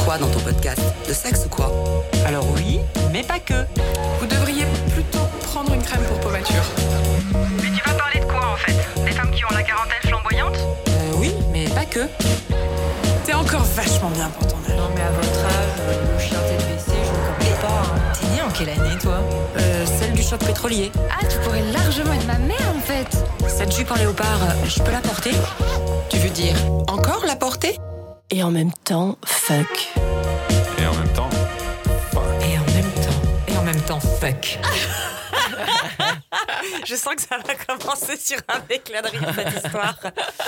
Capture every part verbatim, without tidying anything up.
quoi dans ton podcast? De sexe ou quoi? Alors oui, mais pas que. Vous devriez plutôt prendre une crème pour peau mature. Mais tu vas parler de quoi en fait? Des femmes qui ont la quarantaine flamboyante? Euh, oui, mais pas que. T'es encore vachement bien pour ton âge. Non mais à votre âge, le chien tête baissée, je ne connais pas. Hein. T'es née en quelle année toi? Euh, celle du choc pétrolier. Ah, tu pourrais largement être ma mère en fait. Cette jupe en léopard, euh, je peux la porter? Tu veux dire encore la porter? Et en même temps, fuck. Et en même temps, fuck. Et en même temps. Et en même temps, fuck. Je sens que ça va commencer sur un éclat de rire, cette histoire.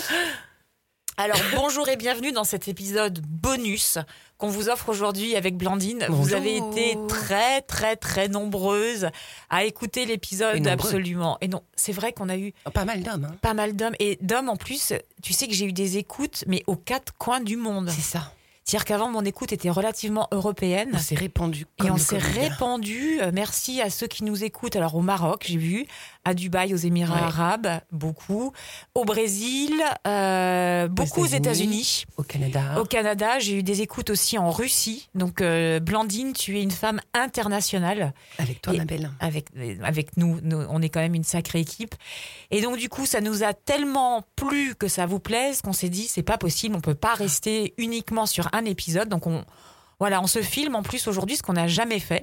Alors, bonjour et bienvenue dans cet épisode bonus qu'on vous offre aujourd'hui avec Blandine. Bonjour. Vous avez été très, très, très nombreuses à écouter l'épisode absolument. Et non, c'est vrai qu'on a eu Pas mal d'hommes. Hein. pas mal d'hommes. Et d'hommes, en plus, tu sais que j'ai eu des écoutes, mais aux quatre coins du monde. C'est ça. C'est-à-dire qu'avant, mon écoute était relativement européenne. On s'est répandu. Et comme on le s'est Covid. répandu. Euh, Merci à ceux qui nous écoutent. Alors au Maroc, j'ai vu, à Dubaï, aux Émirats Ouais. arabes, beaucoup. Au Brésil, euh, beaucoup aux États-Unis. Au Canada. Au Canada, j'ai eu des écoutes aussi en Russie. Donc euh, Blandine, tu es une femme internationale. Avec toi, Et- ma belle. Avec, avec nous, nous, on est quand même une sacrée équipe. Et donc du coup, ça nous a tellement plu que ça vous plaise qu'on s'est dit, c'est pas possible, on peut pas rester uniquement sur un épisode. Donc on, voilà, on se filme en plus aujourd'hui, ce qu'on n'a jamais fait.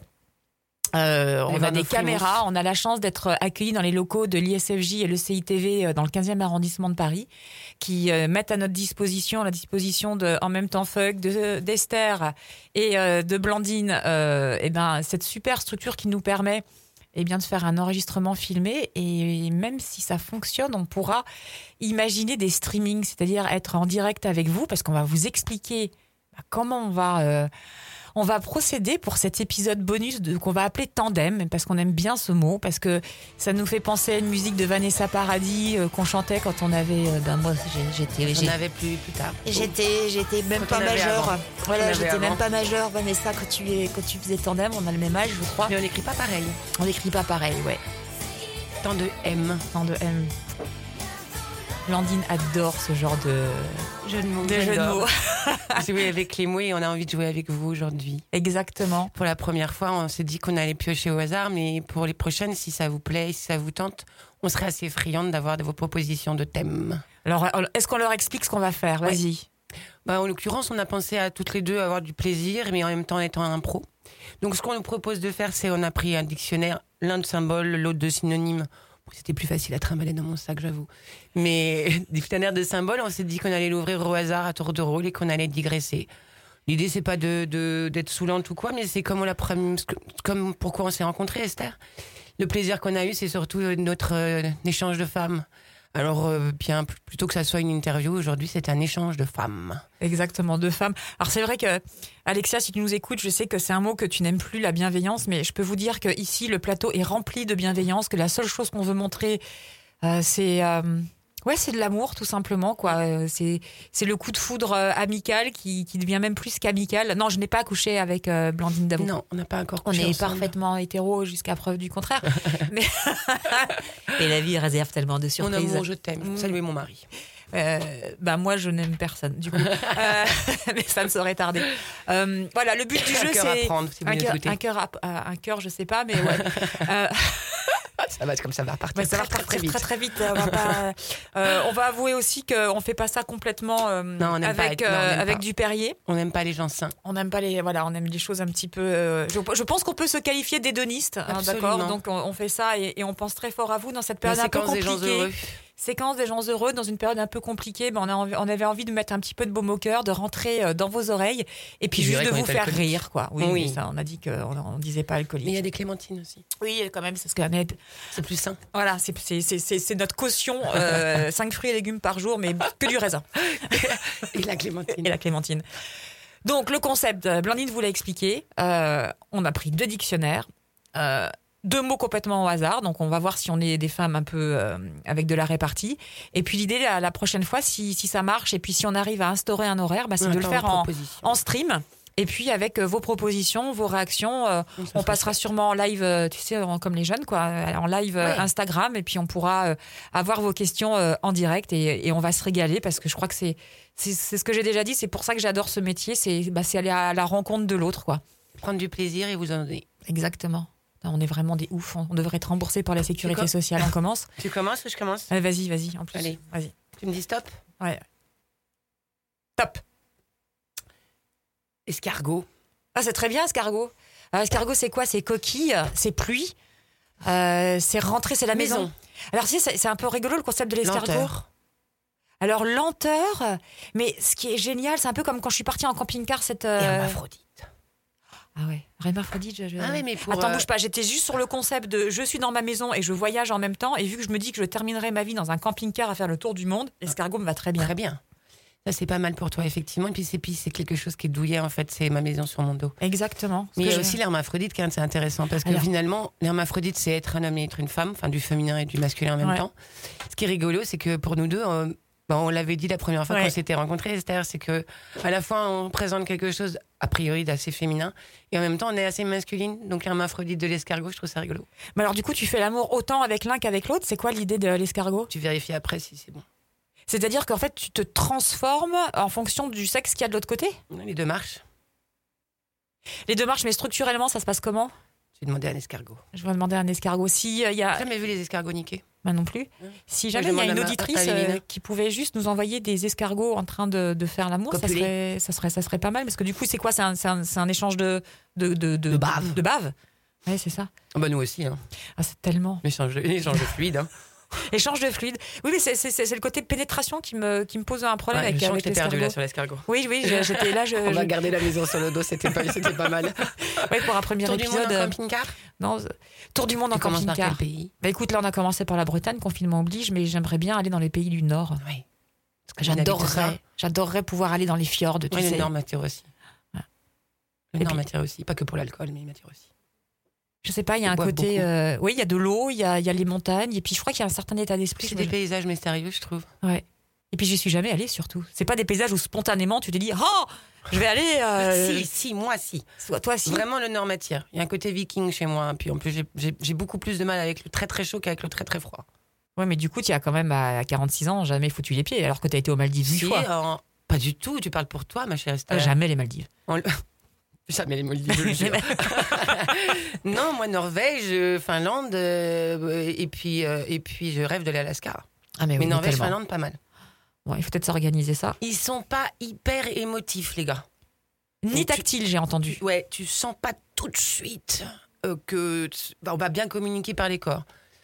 Euh, on voir a des nos frimos. caméras, on a la chance d'être accueillis dans les locaux de l'I S F J et le C I T V dans le quinzième arrondissement de Paris, qui euh, mettent à notre disposition, à la disposition de En même temps fuck, de, d'Esther et euh, de Blandine, euh, et ben, cette super structure qui nous permet eh bien, de faire un enregistrement filmé. Et même si ça fonctionne, on pourra imaginer des streamings, c'est-à-dire être en direct avec vous, parce qu'on va vous expliquer bah, comment on va... euh, On va procéder pour cet épisode bonus de, qu'on va appeler Tandem, parce qu'on aime bien ce mot, parce que ça nous fait penser à une musique de Vanessa Paradis euh, qu'on chantait quand on avait... Euh, ben moi, j'ai- j'étais... J'en j'ai- avais plus, plus tard. J'étais, j'étais même Quand pas on avait majeure. avant. Voilà, On avait j'étais même avant. pas majeure, Vanessa, quand tu, es- quand tu faisais Tandem. On a le même âge, je crois. Mais on n'écrit pas pareil. On n'écrit pas pareil, ouais. Tant de M. Tant de M. Blandine adore ce genre de, Jeu de mots. de jeu de j'adore. mots. Jouer avec les mots et on a envie de jouer avec vous aujourd'hui. Exactement. Pour la première fois, on s'est dit qu'on allait piocher au hasard, mais pour les prochaines, si ça vous plaît, si ça vous tente, on serait assez friande d'avoir de vos propositions de thèmes. Alors, est-ce qu'on leur explique ce qu'on va faire? Ouais. Vas-y. Bah, en l'occurrence, on a pensé à toutes les deux avoir du plaisir, mais en même temps étant un pro. Donc, ce qu'on nous propose de faire, c'est on a pris un dictionnaire, l'un de symboles, l'autre de synonymes. Bon, c'était plus facile à trimballer dans mon sac, j'avoue. Mais dictionnaire de symboles, on s'est dit qu'on allait l'ouvrir au hasard à tour de rôle et qu'on allait digresser. L'idée, c'est pas de, de, d'être saoulante ou quoi, mais c'est comme, on l'a, comme pourquoi on s'est rencontrés, Esther. Le plaisir qu'on a eu, c'est surtout notre euh, échange de femmes. Alors, euh, bien, plutôt que ça soit une interview, aujourd'hui, c'est un échange de femmes. Exactement, deux femmes. Alors c'est vrai que, Alexia, si tu nous écoutes, je sais que c'est un mot que tu n'aimes plus, la bienveillance, mais je peux vous dire que ici le plateau est rempli de bienveillance, que la seule chose qu'on veut montrer, euh, c'est... euh, Ouais, c'est de l'amour, tout simplement, quoi. Euh, C'est, c'est le coup de foudre euh, amical qui, qui devient même plus qu'amical. Non, je n'ai pas couché avec euh, Blandine Dabou. Non, on n'a pas encore On couché est ensemble. parfaitement hétéro jusqu'à preuve du contraire. Mais... Et la vie réserve tellement de Mon surprises. amour, je t'aime. Mm. Saluez mon mari. Euh, bah moi, je n'aime personne, du coup. Euh, mais ça ne saurait tarder. Euh, voilà, le but du jeu, Un cœur c'est... à prendre, si vous un nous cœur, écoutez. un cœur, à- à- un cœur, je sais pas, mais ouais. Euh, Ça va comme ça va repartir. Ouais, ça va très, très, repartir vite. très très vite. On va, pas, euh, on va avouer aussi qu'on fait pas ça complètement euh, Non, on n'aime pas avec être- non, on euh, n'aime avec pas. du Perrier. On n'aime pas les gens sains. On n'aime pas les voilà, on aime des choses un petit peu. euh, je, je pense qu'on peut se qualifier d'hédoniste, hein, Absolument. d'accord. Donc on, on fait ça et, et on pense très fort à vous dans cette La période un peu séquence des compliquée. gens heureux. Séquence des gens heureux dans une période un peu compliquée. Ben on, a envie- on avait envie de mettre un petit peu de baume au cœur, de rentrer euh, dans vos oreilles et puis Je juste dirais de qu'on vous est faire alcoolique. rire, quoi. Oui, Oui. oui, ça, on a dit qu'on on disait pas alcoolique. Mais il y a des clémentines aussi. Oui, quand même, c'est ce qu'on est. C'est plus sain. Voilà, c'est, c'est, c'est, c'est, c'est notre caution, euh, cinq fruits et légumes par jour, mais que du raisin. Et la clémentine. Et la clémentine. Donc, le concept, euh, Blandine vous l'a expliqué. Euh, on a pris deux dictionnaires, euh, deux mots complètement au hasard. Donc, on va voir si on est des femmes un peu euh, avec de la répartie. Et puis, l'idée, la, la prochaine fois, si, si ça marche, et puis si on arrive à instaurer un horaire, bah, c'est On de le attend faire vos en, propositions. en stream. Et puis avec euh, vos propositions, vos réactions, euh, on passera sûrement en live, euh, tu sais, en- comme les jeunes, quoi, en live euh, Ouais. Instagram, et puis on pourra euh, avoir vos questions euh, en direct et, et on va se régaler parce que je crois que c'est, c'est, c'est ce que j'ai déjà dit, c'est pour ça que j'adore ce métier, c'est, bah, c'est aller à la rencontre de l'autre, quoi. Prendre du plaisir et vous en donner. Exactement. On est vraiment des oufs, on devrait être remboursé par la sécurité quoi sociale. On commence. Tu commences ou je commence? Allez, vas-y, vas-y, en plus. Allez. Vas-y. Tu me dis stop? Ouais. Top. Escargot. Ah, c'est très bien, escargot. Euh, escargot, c'est quoi? C'est coquille, c'est pluie, euh, c'est rentrée, c'est la maison. Maison. Alors, si, c'est c'est un peu rigolo le concept de l'escargot. Lenteur. Alors, lenteur, mais ce qui est génial, c'est un peu comme quand je suis partie en camping-car cette. euh, Hermaphrodite. Ah ouais, hermaphrodite. Je, je- Ah ouais, mais pour. Attends, euh, bouge pas, j'étais juste sur le concept de je suis dans ma maison et je voyage en même temps, et vu que je me dis que je terminerai ma vie dans un camping-car à faire le tour du monde, l'escargot me va très bien. Très bien. Ça, c'est pas mal pour toi, effectivement. Et puis, c'est, puis, c'est quelque chose qui est douillet, en fait. C'est ma maison sur mon dos. Exactement. Mais il y a Parce que aussi l'hermaphrodite, qui est c'est intéressant. Parce que Alors. finalement, l'hermaphrodite, c'est être un homme et être une femme. Enfin, du féminin et du masculin en même Ouais. temps. Ce qui est rigolo, c'est que pour nous deux, euh, bah, on l'avait dit la première fois Ouais. qu'on s'était rencontrés, Esther, c'est que à la fois, on présente quelque chose, a priori, d'assez féminin. Et en même temps, on est assez masculine. Donc, l'hermaphrodite de l'escargot, je trouve ça rigolo. Mais alors, du coup, tu fais l'amour autant avec l'un qu'avec l'autre. C'est quoi l'idée de l'escargot? Tu vérifies après si c'est bon. C'est-à-dire qu'en fait, tu te transformes en fonction du sexe qu'il y a de l'autre côté? Les deux marches. Les deux marches, mais structurellement, ça se passe comment? J'ai demandé à un escargot. Je vais demander à un escargot. Si il y a. J'ai jamais vu les escargots niqués. Bah non plus. Si jamais je il y a demande une à ma- auditrice à Evelina. euh, qui pouvait juste nous envoyer des escargots en train de, de faire l'amour, ça Copuler. serait, ça, serait, ça serait pas mal. Parce que du coup, c'est quoi? C'est un, c'est un, c'est un échange de, de, de, De bave. De bave. Ouais, c'est ça. Oh bah nous aussi, hein. Ah, c'est tellement. L'échange de, l'échange de fluide. Hein. Échange de fluide. Oui, mais c'est, c'est, c'est c'est le côté pénétration qui me, qui me pose un problème Ouais, avec, je sens que avec je t'ai perdu là l'escargot. sur l'escargot. Oui, oui, je- j'étais là. Je, On je- va garder la maison sur le dos, c'était pas, c'était pas mal. ouais, pour un premier Tour du monde épisode. en euh, camping-car. non, euh, tour du monde en Tu commences par quel camping-car. pays? Bah écoute, là on a commencé par la Bretagne, confinement oblige, mais j'aimerais bien aller dans les pays du Nord. Oui. Parce que on habite ça. J'adorerais, j'adorerais pouvoir aller dans les fjords, tu Oui, sais. le Nord m'attire aussi. Ouais. Le Et Nord puis- m'attire aussi, pas que pour l'alcool, mais il m'attire aussi. Je sais pas, il y a Ils un boivent côté. beaucoup. euh, oui, il y a de l'eau, il y a, il y a les montagnes, et puis je crois qu'il y a un certain état d'esprit. C'est je des me- paysages mystérieux, je trouve. Ouais. Et puis j'y suis jamais allée surtout. C'est pas des paysages où spontanément tu te dis oh je vais aller. euh, Si, si, moi si. Soit toi si. Vraiment, le Nord m'attire. Il y a un côté viking chez moi. Puis en plus, j'ai, j'ai, j'ai beaucoup plus de mal avec le très très chaud qu'avec le très très froid. Ouais, mais du coup tu as quand même à quarante-six ans jamais foutu les pieds alors que tu as été aux Maldives huit Si, fois. en- Pas du tout, tu parles pour toi, ma chère Esther. Euh, Jamais les Maldives. On le- Jamais les Maldives, je le jure. Non, moi, Norvège, Finlande, euh, et, puis, euh, et puis je rêve de l'Alaska. Ah mais, Mais oui, Norvège, tellement. Finlande, pas mal. Bon, il faut peut-être s'organiser ça. Ils sont pas hyper émotifs, les gars. Ni Donc, tu- tactile, j'ai entendu. Tu- ouais, tu sens pas tout de suite euh, que t- bah, on va bien communiquer par les corps.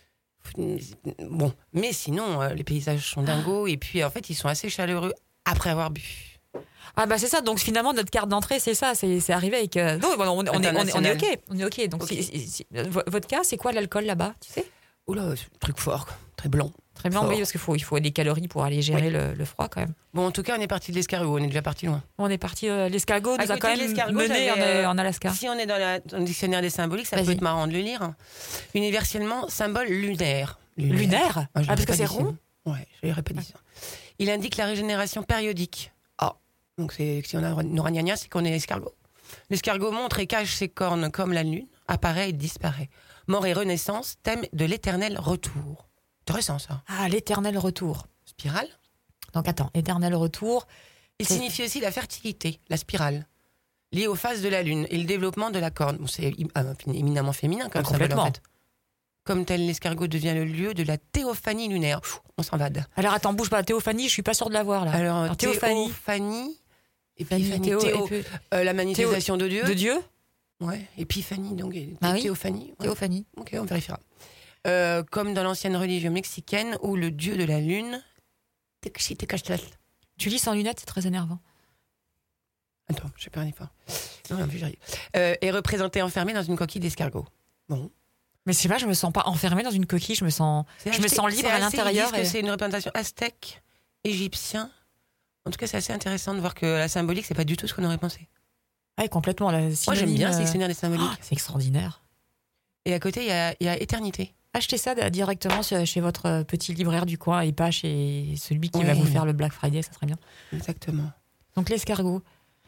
Bon, mais sinon, euh, les paysages sont dingos et puis en fait, ils sont assez chaleureux après avoir bu. Ah bah c'est ça. Donc finalement notre carte d'entrée c'est ça. C'est, c'est arrivé avec. euh, Non, on, on, on est, on, est, on est International. ok. On est ok. Donc Ok. si- si- si- vo- votre cas c'est quoi l'alcool là-bas? Tu sais? Oula, c'est un truc fort, quoi. Très blanc. Très bien, Fort. oui, parce qu'il faut, il faut des calories pour aller gérer Oui. le, le froid quand même. Bon, en tout cas, on est parti de l'escargot, on est déjà parti loin. On est parti. euh, l'escargot À nous a côté quand de même l'escargot, mené en, j'avais, euh, en Alaska. Si on est dans, la- dans le dictionnaire des symboliques, ça Vas-y. peut être marrant de le lire. Universellement, symbole lunaire. Lunaire. Ah, je Ah, parce l'aurais que pas c'est dit rond. ça. Ouais, je l'aurais pas dit ça. Il indique la régénération périodique. Ah, donc c'est, si on a nos ragnagnas, c'est qu'on est escargot. L'escargot montre et cache ses cornes comme la lune, apparaît et disparaît. Mort et renaissance, thème de l'éternel retour. Intéressant ça. Ah, l'éternel retour. Spirale. Donc attends, éternel retour. Il C'est- signifie aussi la fertilité, la spirale, liée aux phases de la lune et le développement de la corne. Bon, c'est im- ah, éminemment féminin comme Ah, symbole en complètement. fait. Comme tel, l'escargot devient le lieu de la théophanie lunaire. Pfff, on s'en vade. Alors attends, bouge pas. Théophanie, je suis pas sûre de l'avoir là. Alors, Alors, théophanie, théophanie. épiphanie, Théo, Théo, et puis- euh, la manifestation de Dieu. de Dieu. Ouais, épiphanie, donc et- Ah oui. théophanie. ouais. Théophanie. Ok, on vérifiera. Euh, comme dans l'ancienne religion mexicaine où le dieu de la lune, Tecachitecachtel. Tu lis sans lunettes, c'est très énervant. Attends, je fais pas un effort. Non, non, j'arrive. Euh, est représenté enfermé dans une coquille d'escargot. Bon. Mais je sais pas, je me sens pas enfermée dans une coquille, je me sens, C'est je me assez- sens libre c'est à assez- l'intérieur. Ils disent que et- c'est une représentation aztèque, égyptien. En tout cas, c'est assez intéressant de voir que la symbolique, c'est pas du tout ce qu'on aurait pensé. Ouais, complètement. La Moi, j'aime synonyme, bien ce euh, dictionnaire des symboliques. oh, c'est extraordinaire. Et à côté, il y a, il y a éternité. Achetez ça de- directement chez chez votre petit libraire du coin et pas chez celui qui Oui. va vous faire le Black Friday, ça serait bien. Exactement. Donc l'escargot.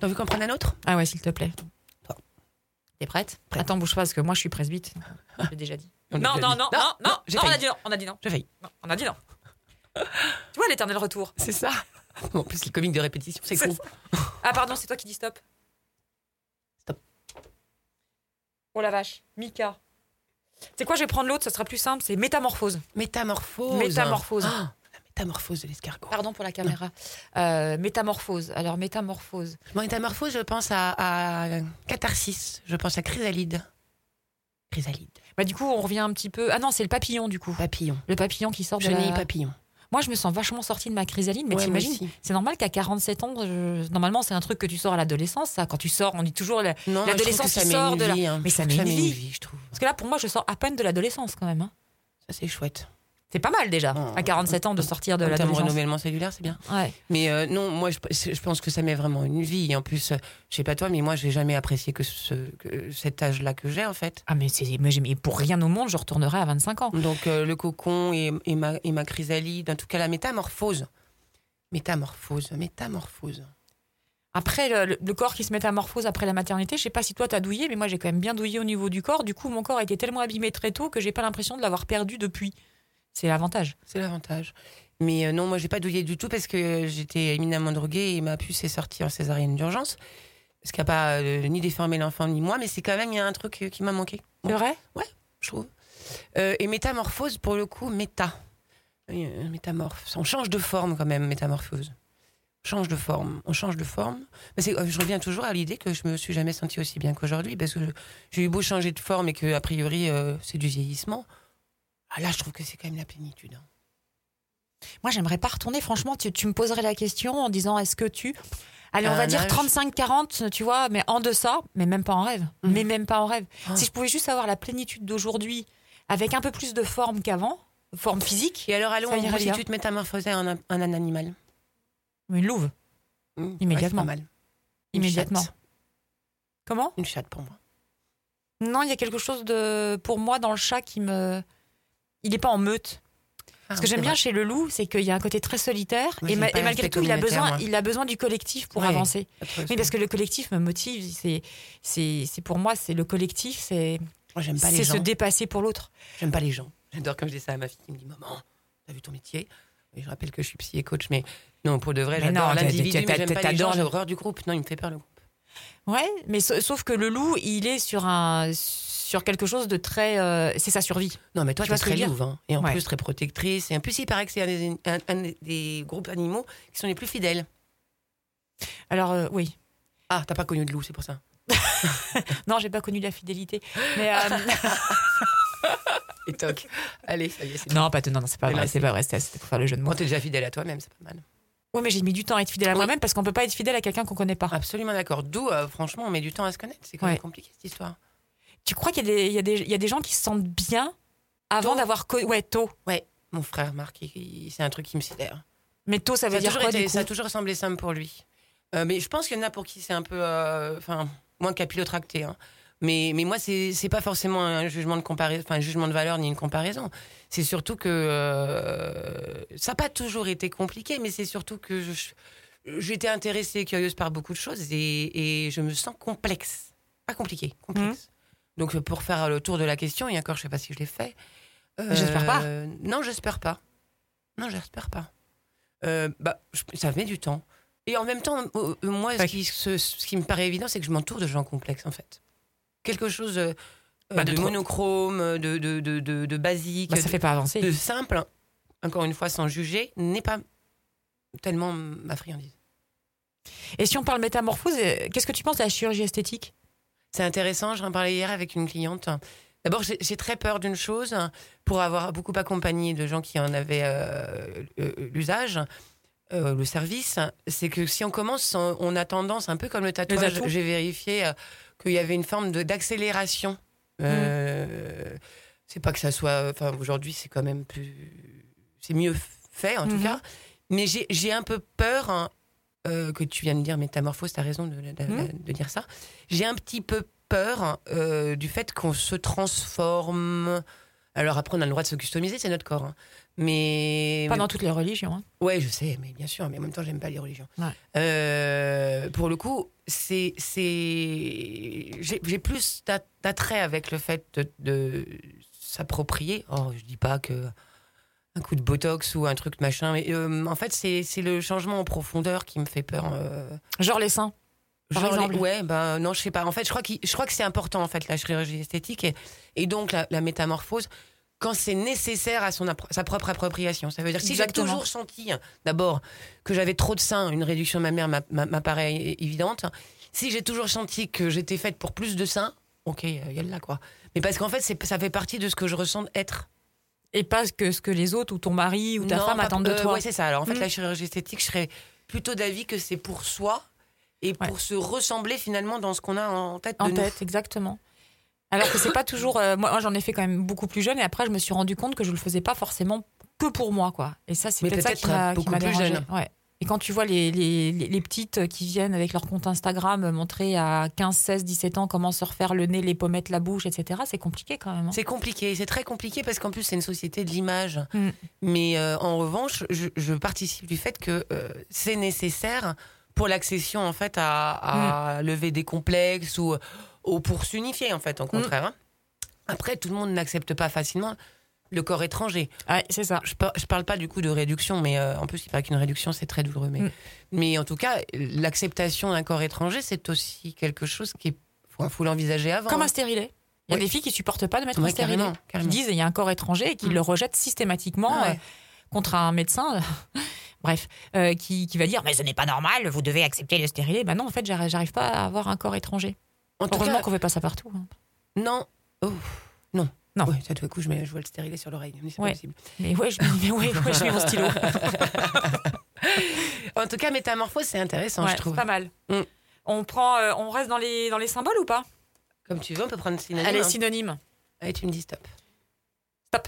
T'as envie qu'on prenne un autre? Ah ouais, s'il te plaît. Bon. T'es prête? Prête. Attends, bouge pas parce que moi je suis presbyte. Je l'ai déjà dit. On Non, l'a non, dit. non, Non, non, non, non, j'ai non, on a failli. dit non, on a dit non. J'ai failli. Non, on a dit non. Tu vois l'éternel retour. C'est ça. En plus, les comiques de répétition, c'est C'est cool. Ah pardon, c'est toi qui dis stop. Stop. Oh la vache, Mika. C'est quoi, je vais prendre l'autre, ça sera plus simple, c'est métamorphose. Métamorphose. Métamorphose. Ah, la métamorphose de l'escargot. Pardon pour la caméra. Euh, métamorphose. Alors métamorphose. Bon, métamorphose, je pense à, à catharsis. Je pense à chrysalide. Chrysalide. Bah du coup, on revient un petit peu. Ah non, c'est le papillon du coup. Papillon. Le papillon qui sort de Chenille la... papillon. Moi, je me sens vachement sortie de ma chrysalide, mais Ouais, moi t'imagines, aussi. c'est normal qu'à quarante-sept ans, je- normalement, c'est un truc que tu sors à l'adolescence, ça. Quand tu sors, on dit toujours la- Non, l'adolescence, je trouve que ça tu met sors une de la... vie, hein. Mais Je ça trouve met que une met vie. je trouve. Parce que là, pour moi, je sors à peine de l'adolescence quand même. hein. Ça, c'est chouette. C'est pas mal déjà, Oh. à quarante-sept ans, de sortir de En termes de l'adolescence. renouvellement cellulaire, c'est bien. Ouais. Mais euh, non, moi, je, je pense que ça met vraiment une vie. Et en plus, euh, je sais pas toi, mais moi, j'ai jamais apprécié que, ce, que cet âge-là que j'ai, en fait. Ah, mais, c'est, mais, j'ai- mais pour rien au monde, je retournerai à vingt-cinq ans. Donc, euh, le cocon et, et, ma, et ma chrysalide, en tout cas, la métamorphose. Métamorphose, métamorphose. Après, le, le- le corps qui se métamorphose après la maternité, je sais pas si toi t'as douillé, mais moi j'ai quand même bien douillé au niveau du corps. Du coup, mon corps a été tellement abîmé très tôt que j'ai pas l'impression de l'avoir perdu depuis. C'est l'avantage. C'est l'avantage. Mais euh, non, moi, j'ai pas douillé du tout parce que j'étais éminemment droguée et ma puce est sortie en césarienne d'urgence. Ce qui n'a pas euh, ni déformé l'enfant ni moi, mais c'est quand même, il y a un truc euh, qui m'a manqué. C'est vrai? Je trouve. Euh, et métamorphose, pour le coup, méta. Euh, métamorphe. On change de forme quand même, métamorphose. On change de forme. On change de forme. Mais c'est, euh, je reviens toujours à l'idée que je me suis jamais sentie aussi bien qu'aujourd'hui parce que je- j'ai eu beau changer de forme et que a priori euh, c'est du vieillissement. Ah, là, je trouve que c'est quand même la plénitude. hein. Moi, j'aimerais pas retourner. Franchement, tu, tu me poserais la question en disant est-ce que tu. Allez, on Un va dire âge. trente-cinq quarante, tu vois, mais en deçà, mais même pas en rêve. Mhm. Mais même pas en rêve. Ah. Si je pouvais juste avoir la plénitude d'aujourd'hui avec un peu plus de forme qu'avant, forme physique, Et alors, allons, Ça irait si bien. tu te métamorphosais en un, en un animal. une louve, Mmh, Immédiatement. ouais, c'est pas mal. Une immédiatement. chatte. Comment? Une chatte pour moi. Non, il y a quelque chose de, pour moi, dans le chat qui me. Il n'est pas en meute. Ah, Ce que j'aime c'est bien vrai. chez le loup, c'est qu'il y a un côté très solitaire. Moi, et, j'aime ma- pas et malgré l'aspect tout, il a, communautaire, besoin, moi. il a besoin du collectif pour Ouais. avancer. Après, Oui, parce que le collectif me motive. C'est, c'est, c'est pour moi, c'est le collectif, c'est, moi, j'aime pas c'est les se gens. dépasser pour l'autre. J'aime pas les gens. J'adore quand je dis ça à ma fille qui me dit maman, t'as vu ton métier? Et je rappelle que je suis psy et coach, mais non, pour de vrai, Mais j'adore non, l'individu, t'as- mais t'as- j'aime pas les t'adores gens, le- j'ai horreur du groupe. Non, il me fait peur le groupe. Ouais, mais sa- sauf que le loup, il est sur un, sur quelque chose de très, euh, c'est sa survie. Non, mais toi, Tu tu vois es ce que très je veux louve, hein. Et en Ouais. plus, très protectrice. Et en plus, il paraît que c'est un des, un- un des groupes animaux qui sont les plus fidèles. Alors euh, oui. Ah, t'as pas connu de loup, c'est pour ça. Non, j'ai pas connu la fidélité. Mais euh, Et toc. Allez, ça y est, c'est non, pas non, non, c'est pas Mais vrai, là, c'est pas vrai. C'était, c'était pour faire le jeu de mots. Bon, t'es déjà fidèle à toi-même, c'est pas mal. Oui, mais j'ai mis du temps à être fidèle à Oui. moi-même parce qu'on peut pas être fidèle à quelqu'un qu'on connaît pas. Absolument d'accord. D'où, euh, franchement, on met du temps à se connaître. C'est quand Ouais. même compliqué, cette histoire. Tu crois qu'il y a des, il y a des, il y a des gens qui se sentent bien avant Tôt. d'avoir connu. Ouais, tôt. Ouais, mon frère, Marc, il- il- c'est un truc qui me sidère. Mais tôt, ça veut Ça a, dire toujours quoi été- du coup ça a toujours semblé simple pour lui. Euh, mais je pense qu'il y en a pour qui c'est un peu, euh, enfin, moins capillotracté. Hein. Mais, mais moi, c'est c'est pas forcément un jugement de comparaison, enfin, un jugement de valeur ni une comparaison. C'est surtout que euh, ça n'a pas toujours été compliqué, mais c'est surtout que je- j'étais intéressée et curieuse par beaucoup de choses et, et je me sens complexe, pas compliqué, complexe. Donc pour faire le tour de la question, et encore, je sais pas si je l'ai fait. euh, J'espère pas. Non, j'espère pas. Non, j'espère pas. Euh, bah, je- ça met du temps. Et en même temps, euh, moi, ce Ouais. qui, ce, ce qui me paraît évident, c'est que je m'entoure de gens complexes, en fait. Quelque chose euh, Bah, de de, trop- monochrome, de, de, de, de, de basique, Bah, ça de, fait pas avancer. de simple, encore une fois, sans juger, n'est pas tellement ma friandise. Et si on parle métamorphose, euh, qu'est-ce que tu penses de la chirurgie esthétique? C'est intéressant, j'en parlais hier avec une cliente. D'abord, j'ai j'ai très peur d'une chose, pour avoir beaucoup accompagné de gens qui en avaient euh, euh, l'usage, euh, le service, c'est que si on commence, on, on a tendance, un peu comme le tatouage, tatou. j'ai vérifié euh, qu'il y avait une forme de- d'accélération. Euh, C'est pas que ça soit... Enfin, aujourd'hui, c'est quand même plus... C'est mieux fait, en tout Mhm. cas. Mais j'ai j'ai un peu peur... hein, euh, que tu viens de dire métamorphose, t'as raison de, de- Mhm. de dire ça. J'ai un petit peu peur euh, du fait qu'on se transforme. Alors après, on a le droit de se customiser, c'est notre corps. hein. Mais Pas dans toutes les religions. Hein. ouais, je sais, mais bien sûr, mais en même temps, j'aime pas les religions. Ouais. Euh, pour le coup, c'est, c'est... J'ai, j'ai plus d'attrait avec le fait de, de s'approprier. Oh, je dis pas que un coup de botox ou un truc machin, mais euh, en fait, c'est, c'est le changement en profondeur qui me fait peur. Euh... Genre les seins. Par Genre exemple. les- ouais, ben non, je sais pas. En fait, je crois, qu'il, je crois que c'est important en fait la chirurgie esthétique et, et donc la, la métamorphose. Quand c'est nécessaire à son appro- sa propre appropriation. Ça veut dire que si Exactement. j'ai toujours senti, d'abord, que j'avais trop de seins, une réduction de ma mère m'a- m'a- m'apparaît é- évidente. Si j'ai toujours senti que j'étais faite pour plus de seins, ok, il y a là, quoi. Mais parce qu'en fait, c'est, ça fait partie de ce que je ressens être. Et pas que ce que les autres ou ton mari ou ta Non, femme pas- attendent de euh, toi. ouais, c'est ça. Alors en fait, Mm. la chirurgie esthétique, je serais plutôt d'avis que c'est pour soi et pour Ouais. se ressembler finalement dans ce qu'on a en tête de En nous. tête, exactement. Alors que c'est pas toujours. euh, moi, moi, j'en ai fait quand même beaucoup plus jeune et après, je me suis rendu compte que je le faisais pas forcément que pour moi, quoi. Et ça, c'est Mais peut-être ça peut-être qui m'a, qui beaucoup m'a plus dérangée. jeune. Ouais. Et quand tu vois les, les, les, les petites qui viennent avec leur compte Instagram montrer à quinze, seize, dix-sept ans comment se refaire le nez, les pommettes, la bouche, et cetera, c'est compliqué quand même. Hein. C'est compliqué, c'est très compliqué parce qu'en plus c'est une société de l'image. Mm. Mais euh, en revanche, je, je participe du fait que euh, c'est nécessaire pour l'accession en fait à, à lever des complexes ou, ou pour s'unifier en fait, au contraire. Hein. Après, tout le monde n'accepte pas facilement le corps étranger. Ouais, c'est ça. Je, par, je parle pas du coup de réduction, mais euh, en plus il paraît qu'une réduction c'est très douloureux. Mais, Mm. mais en tout cas, l'acceptation d'un corps étranger, c'est aussi quelque chose qui est, faut, faut l'envisager avant. Comme hein. un stérilet. Il y a Oui. des filles qui supportent pas de mettre Ouais, un stérilet. carrément, carrément. Qui disent il y a un corps étranger et qui Mm. le rejettent systématiquement Ah ouais. euh, contre un médecin. Bref, euh, qui, qui va dire mais ce n'est pas normal, vous devez accepter le stérilet. Ben non, en fait, j'arrive, j'arrive pas à avoir un corps étranger. En tout Heureusement cas, qu'on fait pas ça partout. Hein. non. Oh, non. Non. Ouais, ça, tout à coup, je, mets, je vois le stérilet sur l'oreille. Mais c'est Ouais. pas possible. Mais ouais, je mets, mais ouais, ouais, je mets mon stylo. En tout cas, métamorphose, c'est intéressant, Ouais, je trouve. c'est pas mal. Mm. On prend, euh, on reste dans les dans les symboles ou pas? Comme tu veux, on peut prendre synonyme. Allez, hein. synonyme. Allez, tu me dis stop. Stop.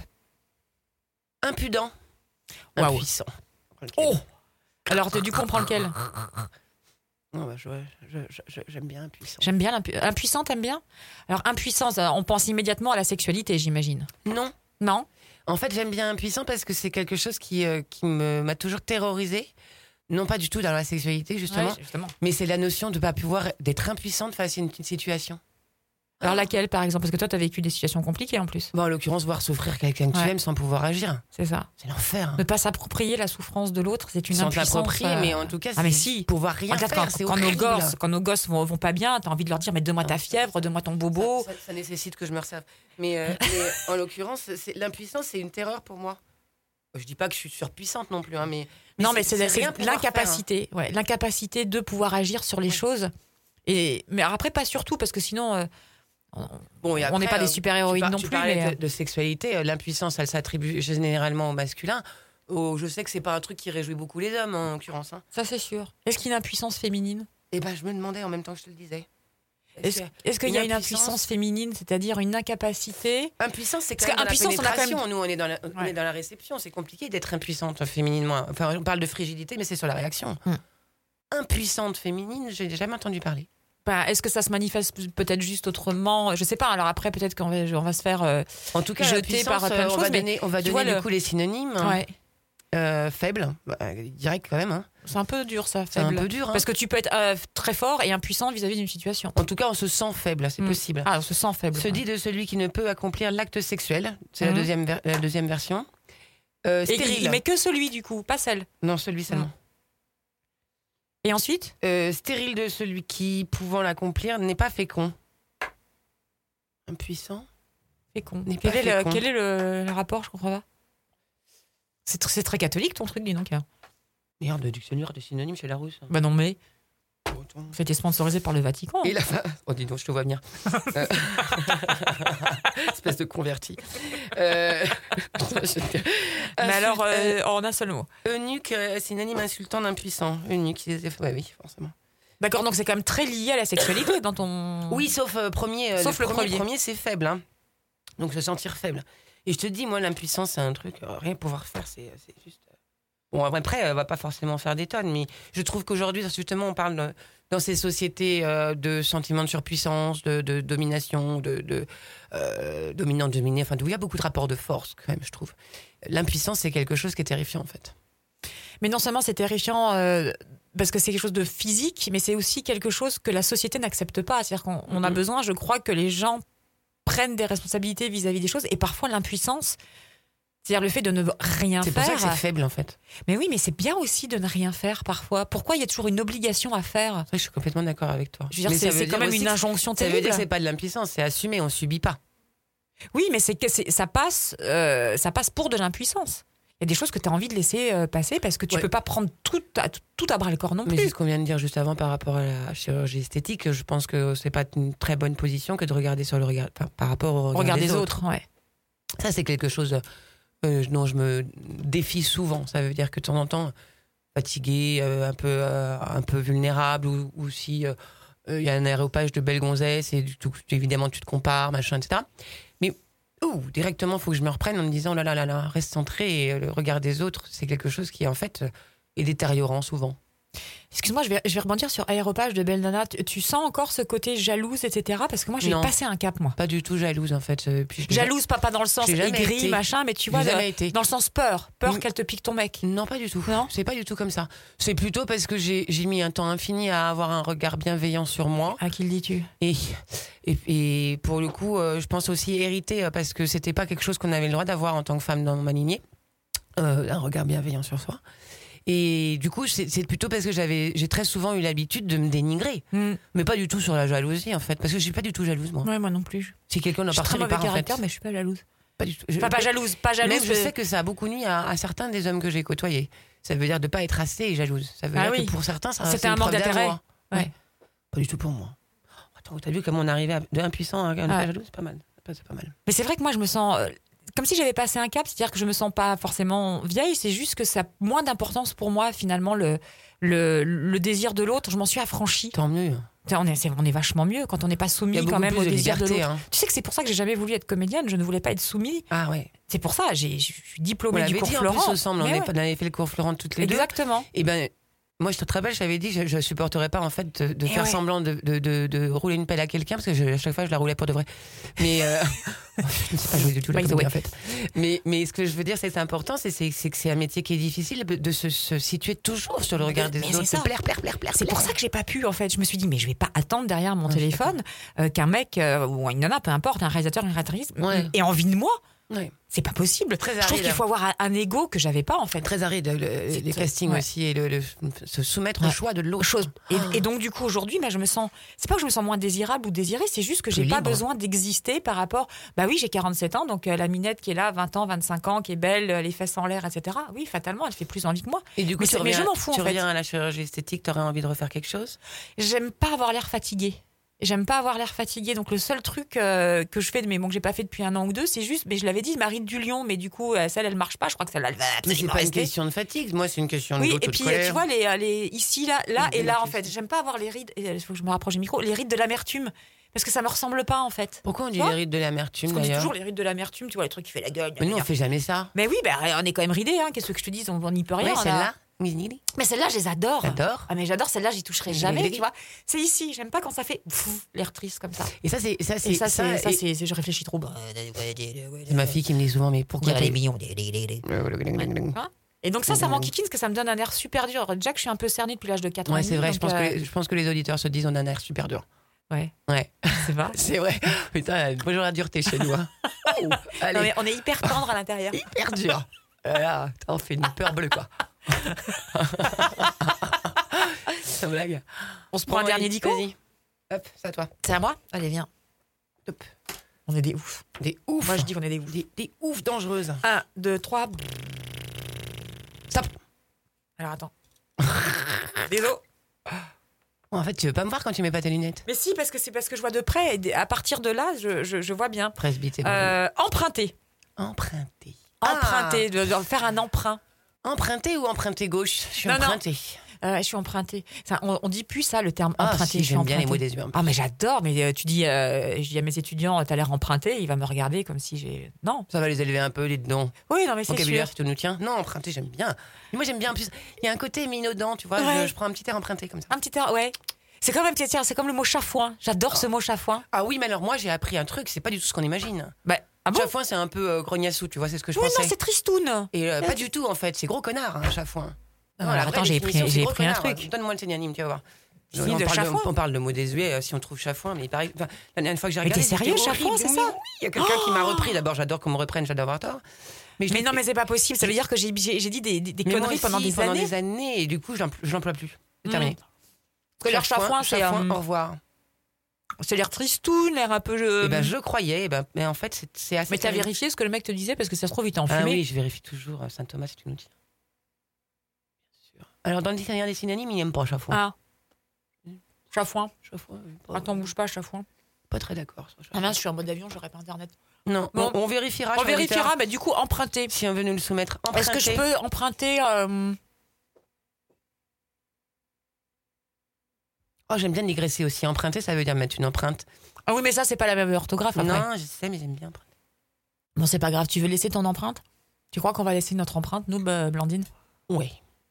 Impudent. Waouh. Impuissant. Oh. Alors, du coup, on prend lequel? Non, bah, je, je, je, je- j'aime bien impuissant. J'aime bien l'impu... impuissant. T'aimes bien? Alors, impuissance, on pense immédiatement à la sexualité, j'imagine. Non. Non? En fait, j'aime bien impuissant parce que c'est quelque chose qui, euh, qui me, m'a toujours terrorisée. Non pas du tout dans la sexualité, justement. Ouais, justement. Mais c'est la notion de ne pas pouvoir, d'être impuissante face à une, une situation. Alors laquelle, par exemple? Parce que toi, tu as vécu des situations compliquées en plus. Bon, en l'occurrence, voir souffrir quelqu'un que Ouais. tu aimes sans pouvoir agir. C'est ça. C'est l'enfer. Ne pas s'approprier la souffrance de l'autre, c'est une Sans impuissance. t'approprier, euh, mais en tout cas, Ah mais c'est si. pouvoir rien Regarde, faire, quand, c'est quand nos horrible. gosses, quand nos gosses vont, vont pas bien, t'as envie de leur dire mais donne-moi ta fièvre, donne-moi ton bobo. Ça, ça- ça nécessite que je me resserve. Mais, euh, mais en l'occurrence, c'est, l'impuissance, c'est une terreur pour moi. Je dis pas que je suis surpuissante non plus, hein, mais, mais non, mais c'est, c'est rien pouvoir l'incapacité, ouais, l'incapacité de pouvoir agir sur les choses. Et mais après pas surtout parce que sinon euh, on faire. Bon, et on après, n'est pas des euh, super tu héroïnes par- non tu plus. parlais Mais, de, de sexualité, euh, l'impuissance, elle s'attribue généralement au masculin. Oh, je sais que c'est pas un truc qui réjouit beaucoup les hommes, en l'occurrence. Hein. ça c'est sûr. Est-ce qu'il y a une impuissance féminine? Et ben, je me demandais en même temps que je te le disais. Est-ce, que- est-ce qu'il y a une impuissance- impuissance féminine, c'est-à-dire une incapacité? Impuissance, c'est quand Parce même que dans impuissance, on la a quand même- pénétration. Nous, on est dans la, on Ouais. est dans la réception. C'est compliqué d'être impuissante fémininement. Enfin, on parle de frigidité, mais c'est sur la réaction. Hmm. Impuissante féminine, j'ai jamais entendu parler. Bah, est-ce que ça se manifeste peut-être juste autrement? Je sais pas. Alors après, peut-être qu'on va, on va se faire. euh, En tout cas, Jeté l'impuissance, par plein de euh, on choses, va mais donner, on va tu donner vois du le- coup les synonymes. ouais. Euh, faible, bah, direct quand même. Hein. C'est un peu dur ça. C'est un Faible. peu dur. Hein. Parce que tu peux être euh, très fort et impuissant vis-à-vis d'une situation. En tout cas, on se sent faible, c'est Mm. possible. Ah, on se sent faible. Se dit de celui qui ne peut accomplir l'acte sexuel. C'est Mhm. la, deuxième ver- la deuxième version. Euh, Et stérile. il met que celui du coup, pas celle. Non, celui seulement. Et ensuite? Euh, stérile de celui qui, pouvant l'accomplir, n'est pas fécond. Impuissant. Fécond. N'est Quel pas est, le, fécond. quel est le, le rapport? Je comprends pas. C'est, tr- c'est très catholique ton truc, dis donc. Hein. Merde, de dictionnaire de synonymes chez Larousse. Bah non, mais Oh, attends. c'était sponsorisé par le Vatican. Et la fin. Oh, dis donc, je te vois venir. Euh, Espèce de converti. Euh... Mais alors, Insulte- euh, en un seul mot. euh, eunuque, euh, synonyme insultant d'impuissant. Eunuque, c'est- ouais, oui, forcément. D'accord, donc c'est quand même très lié à la sexualité dans ton. Oui, sauf euh, premier. euh, Sauf le premier. premier, c'est faible. Hein. Donc se sentir faible. Et je te dis, moi, l'impuissance, c'est un truc, euh, rien pouvoir faire, c'est, c'est juste. euh, Bon, après, elle va pas forcément faire des tonnes, mais je trouve qu'aujourd'hui, justement, on parle de- dans ces sociétés euh, de sentiments de surpuissance, de, de domination, de, de euh, dominant, dominé, enfin, où il y a beaucoup de rapports de force, quand même, je trouve. l'impuissance, c'est quelque chose qui est terrifiant, en fait. Mais non seulement c'est terrifiant euh, parce que c'est quelque chose de physique, mais c'est aussi quelque chose que la société n'accepte pas. C'est-à-dire qu'on on a besoin, je crois, que les gens prennent des responsabilités vis-à-vis des choses. Et parfois, l'impuissance, c'est-à-dire le fait de ne rien C'est faire. pour ça que c'est faible, en fait. Mais oui, mais c'est bien aussi de ne rien faire parfois. Pourquoi il y a toujours une obligation à faire ? Je suis complètement d'accord avec toi. Je veux dire, Mais c'est, ça veut c'est dire quand même aussi une que- injonction Ça veut terrible. dire que c'est pas de l'impuissance, c'est assumé, on subit pas. Oui, mais c'est que c'est, ça, passe, euh, ça passe pour de l'impuissance. Il y a des choses que tu as envie de laisser euh, passer parce que tu Ouais. peux pas prendre tout à, tout à bras le corps non Mais plus. c'est ce qu'on vient de dire juste avant par rapport à la chirurgie esthétique, je pense que c'est pas une très bonne position que de regarder sur le regard par, par rapport au regard, Regarde des des autres. autres, ouais. Ça, c'est quelque chose euh, dont je me défie souvent. Ça veut dire que de temps en temps, fatigué, euh, un peu, euh, un peu vulnérable, ou, ou si il euh, euh, y a un aéropage de belles gonzesses et du tout, évidemment tu te compares, machin, et cetera. Mais ouh, directement, il faut que je me reprenne en me disant, oh là là là là, reste centré. Et euh, le regard des autres, c'est quelque chose qui en fait euh, est détériorant souvent. Excuse-moi, je vais, je vais rebondir sur Aéropage de Belle Nana. Tu, tu sens encore ce côté jalouse, et cetera. Parce que moi, j'ai Non. passé un cap, moi. Pas du tout jalouse en fait. euh, Puis je l'ai- Jalouse, pas, pas dans le sens J'ai jamais aigri, été. machin, mais tu J'ai vois, jamais de- été. dans le sens peur. Peur Mm. qu'elle te pique ton mec. Non, pas du tout. Non C'est pas du tout comme ça. C'est plutôt parce que j'ai, j'ai mis un temps infini à avoir un regard bienveillant sur moi. À qui le dis-tu ? Et, et, et pour le coup, euh, je pense aussi hérité euh, parce que c'était pas quelque chose qu'on avait le droit d'avoir en tant que femme dans ma lignée. Euh, un regard bienveillant sur soi. Et du coup, c'est, c'est plutôt parce que j'avais, j'ai très souvent eu l'habitude de me dénigrer. Mm. Mais pas du tout sur la jalousie, en fait. Parce que je suis pas du tout jalouse, moi. Ouais, moi non plus. Si quelqu'un n'a Je suis pas très mauvais part, en fait. caractère, mais je suis pas jalouse. Pas du tout. Je- Enfin, pas jalouse, pas jalouse. Même je sais que ça a beaucoup nuit à, à certains des hommes que j'ai côtoyés. Ça veut dire de pas être assez jalouse. Ça veut Ah dire oui. que pour certains, ça C'était c'est un une manque preuve d'intérêt. d'amour. Ouais. Pas du tout pour moi. Attends, t'as vu comment on arrivait à, de impuissant à un Ah. jaloux, c'est pas mal. C'est pas mal. Mais c'est vrai que moi, je me sens euh, comme si j'avais passé un cap, c'est-à-dire que je me sens pas forcément vieille, c'est juste que ça a moins d'importance pour moi, finalement, le, le, le désir de l'autre. Je m'en suis affranchie. Tant mieux. On est, c'est- on est vachement mieux quand on n'est pas Il y soumis a beaucoup quand même plus au de désir de liberté. l'autre. Hein. Tu sais que c'est pour ça que j'ai jamais voulu être comédienne, je ne voulais pas être soumise. Ah ouais. C'est pour ça, j'ai, je suis On diplômée du l'avait cours dit en Florent. plus ensemble. On Mais avait, ouais. on avait fait le cours Florent toutes les deux. Exactement. Et ben. Moi, je te rappelle, je t'avais dit, je, je supporterais pas en fait de, de Et faire ouais. semblant de, de, de, de rouler une pelle à quelqu'un parce que je, à chaque fois je la roulais pour de vrai. Mais euh, je ne sais pas jouer du tout la By the comédie way. en fait. Mais, mais ce que je veux dire, c'est que c'est important, c'est, c'est, c'est que c'est un métier qui est difficile de se, se situer toujours sur le regard des Mais autres, c'est ça. de plaire, plaire, plaire, plaire. C'est pour plaire. ça que j'ai pas pu en fait. Je me suis dit mais je vais pas attendre derrière mon Ouais, je suis téléphone euh, qu'un mec euh, ou une nana, peu importe, un réalisateur, une réalisatrice, Ouais. ait envie de moi. Ouais. C'est pas possible. Très je trouve aride. qu'il faut avoir un, un ego que j'avais pas en fait. Très aride, le, C'est- les castings ouais. aussi et le, le- se soumettre au Ouais. choix de l'autre. Chose. Et, Ah. et donc du coup aujourd'hui, bah, je me sens. C'est pas que je me sens moins désirable ou désirée, c'est juste que Plus j'ai pas libre. besoin d'exister par rapport. Bah oui, j'ai quarante-sept ans, donc euh, la minette qui est là, vingt ans, vingt-cinq ans, qui est belle, euh, les fesses en l'air, et cetera. Oui, fatalement, elle fait plus envie que moi. Et du coup, Mais tu c'est- mais reviens, je m'en fous, tu en fait. reviens à la chirurgie esthétique, t'aurais envie de refaire quelque chose? J'aime pas avoir l'air fatiguée. J'aime pas avoir l'air fatiguée. Donc le seul truc euh, que je fais, mais bon, que j'ai pas fait depuis un an ou deux, c'est juste, mais je l'avais dit, ma ride du lion, mais du coup, euh, celle, elle marche pas. Je crois que celle-là, elle va Mais c'est absolument pas une rester. question de fatigue, moi c'est une question de Oui, d'auto et puis de colère. tu vois, les, les, ici, là, là Oui, et là, je en fait, sais. j'aime pas avoir les rides, il faut que je me rapproche du micro, les rides de l'amertume. Parce que ça me ressemble pas, en fait. Pourquoi on dit Tu vois les rides de l'amertume Parce qu'on dit d'ailleurs? toujours les rides de l'amertume, tu vois, les trucs qui fait la gueule. Mais nous on fait jamais ça. Mais oui, bah, on est quand même ridés, hein. Qu'est-ce que je te dis, on on n'y peut rien. Ouais, on a- celle-là. Oui, oui, oui. Mais celle-là, je les adore. J'adore. Ah, mais j'adore celle-là, j'y toucherai Oui, jamais, oui, oui. tu vois. C'est ici, j'aime pas quand ça fait pff, l'air triste comme ça. Et ça c'est ça c'est Et ça, c'est, ça, et- c'est, c'est- je réfléchis trop. Bah, c'est ma fille qui me dit souvent mais pourquoi les t'es- millions. Ouais, Et donc ça, ça m'enquiquine parce que ça me donne un air super dur. Déjà que je suis un peu cernée depuis l'âge de quatre ans. et c'est demi, vrai, je donc, pense euh, que je pense que les auditeurs se disent on a un air super dur. Ouais, Ouais, c'est vrai. c'est vrai. Putain, bonjour la dureté chez nous. Hein. Oh, allez, Non, mais on est hyper tendre à l'intérieur. hyper dur. Voilà, on fait une peur bleue quoi. C'est une blague. On se prend un Bon, dernier allez, dico. Vas-y. Hop, c'est à toi. C'est à moi. Allez, viens. Hop. On est des oufs. Des ouf. Moi, je dis qu'on est des oufs. des, des ouf dangereuses. Un, deux, trois. Stop. Alors attends. Désolé. En fait, tu veux pas me voir quand tu mets pas tes lunettes? Mais si, parce que c'est parce que je vois de près. Et à partir de là, je, je, je vois bien. Presbyte. Euh, emprunter. Emprunter. Emprunter. De, de faire un emprunt. Ah, emprunter ou emprunter gauche? Je suis Non, non. emprunté. Euh, je suis empruntée. Ça, on, on dit plus ça, le terme Ah, emprunter. si, je suis j'aime bien les mots empruntée. des yeux. Ah, mais j'adore. Mais euh, tu dis, euh, je dis à mes étudiants, t'as l'air emprunté. Il va me regarder comme si j'ai. Non. Ça va les élever un peu, les dedans. Oui, non, mais c'est Vocabulaire, sûr. si tu nous tiens. Non, emprunter, j'aime bien. Mais moi, j'aime bien. En plus, il y a un côté minaudant, tu vois. Ouais. Je, je prends un petit air emprunté comme ça. Un petit air, ouais. C'est comme un petit air, c'est comme le mot chafouin. J'adore ce mot chafouin. Ah oui, mais alors moi, j'ai appris un truc, c'est pas du tout ce qu'on imagine. Bah, Ah bon? Chafouin, c'est un peu euh, grognassou, tu vois, c'est ce que je Oui, pensais. non, c'est tristoun. Et euh, pas du tout, en fait, c'est gros connard, un Chafouin. Non, alors, attends, j'ai pris, j'ai pris un truc. Donne-moi le synonyme, tu vas voir. Si, on, de parle chafouin. de, on parle de mots désuets euh, si on trouve chafouin, mais il paraît. Enfin, la dernière fois que j'ai Mais regardé. t'es sérieux, c'était chafouin, horrible. c'est Oui, ça? oui, il y a quelqu'un qui m'a repris. D'abord, j'adore qu'on me reprenne, j'adore avoir tort. Mais, je mais l'ai- non, mais c'est pas possible. Ça veut dire que j'ai, j'ai, j'ai dit des, des, des mais moi conneries aussi, pendant des pendant années. des années, et du coup, je l'empl- je l'emploie plus. C'est Mm. terminé. Que leur chafouin, c'est, chafouin, euh, au revoir. c'est l'air tristoun, l'air un peu. Je... Eh ben, je croyais, eh ben, mais en fait, c'est, c'est assez. Mais t'as terrible. vérifié ce que le mec te disait parce que ça se trouve, il t'a Ah enfumé. oui, je vérifie toujours. Saint Thomas, c'est une outil. Alors, dans le dictionnaire des synonymes, il n'aime pas chafouin. Ah. Chafouin. Chafouin, pas, Attends, bouge pas, chafouin. pas très d'accord. sur Ah chafouin. mince, je suis en mode avion, j'aurais pas internet. Non, Bon. on, on vérifiera. On sur Twitter, vérifiera, mais du coup, emprunter. si on veut nous le soumettre. Est-ce que je Emprunter. peux emprunter euh, Oh, j'aime bien digresser aussi. Emprunter, ça veut dire mettre une empreinte. Ah oui, mais ça, c'est pas la même orthographe après. Non, je sais, mais j'aime bien emprunter. Bon, c'est pas grave. Tu veux laisser ton empreinte? Tu crois qu'on va laisser notre empreinte, nous, bah, Blandine? Oui.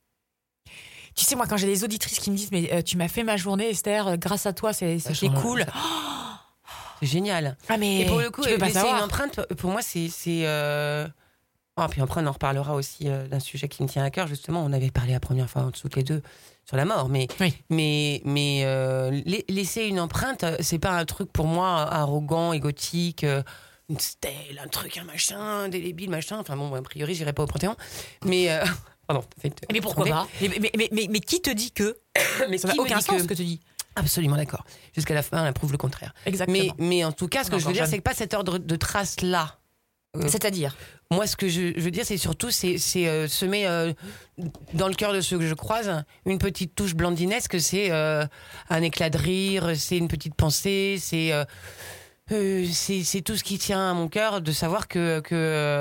Tu sais, moi, quand j'ai des auditrices qui me disent, mais euh, tu m'as fait ma journée, Esther, euh, grâce à toi, c'est, c'était Vachement, cool. ça- C'est génial. Ah, mais Et pour le coup, tu peux pas laisser savoir. une empreinte, pour moi, c'est. c'est euh... Ah, puis après, on en reparlera aussi euh, d'un sujet qui me tient à cœur. Justement, on avait parlé la première fois, toutes les deux, sur la mort. Mais, Oui. mais, mais euh, la- laisser une empreinte, c'est pas un truc pour moi arrogant, égotique, euh, une stèle, un truc, un machin, délébile, machin. Enfin bon, a priori, j'irai pas au Panthéon. Mais. Euh... Pardon, t'as fait te- Mais pourquoi pas? mais, mais, mais, mais, mais qui te dit que? Mais Ça qui n'a me aucun dit sens que- ce que tu dis. Absolument d'accord. Jusqu'à la fin, elle prouve le contraire. Exactement. Mais, mais en tout cas, ce que On est je veux encore dire, jeune. c'est que pas cet ordre de trace-là. Euh, C'est-à-dire? Moi, ce que je, je veux dire, c'est surtout c'est, c'est euh, semer euh, dans le cœur de ceux que je croise une petite touche blandinesque. C'est euh, un éclat de rire, c'est une petite pensée, c'est euh, euh, c'est, c'est tout ce qui tient à mon cœur de savoir que que,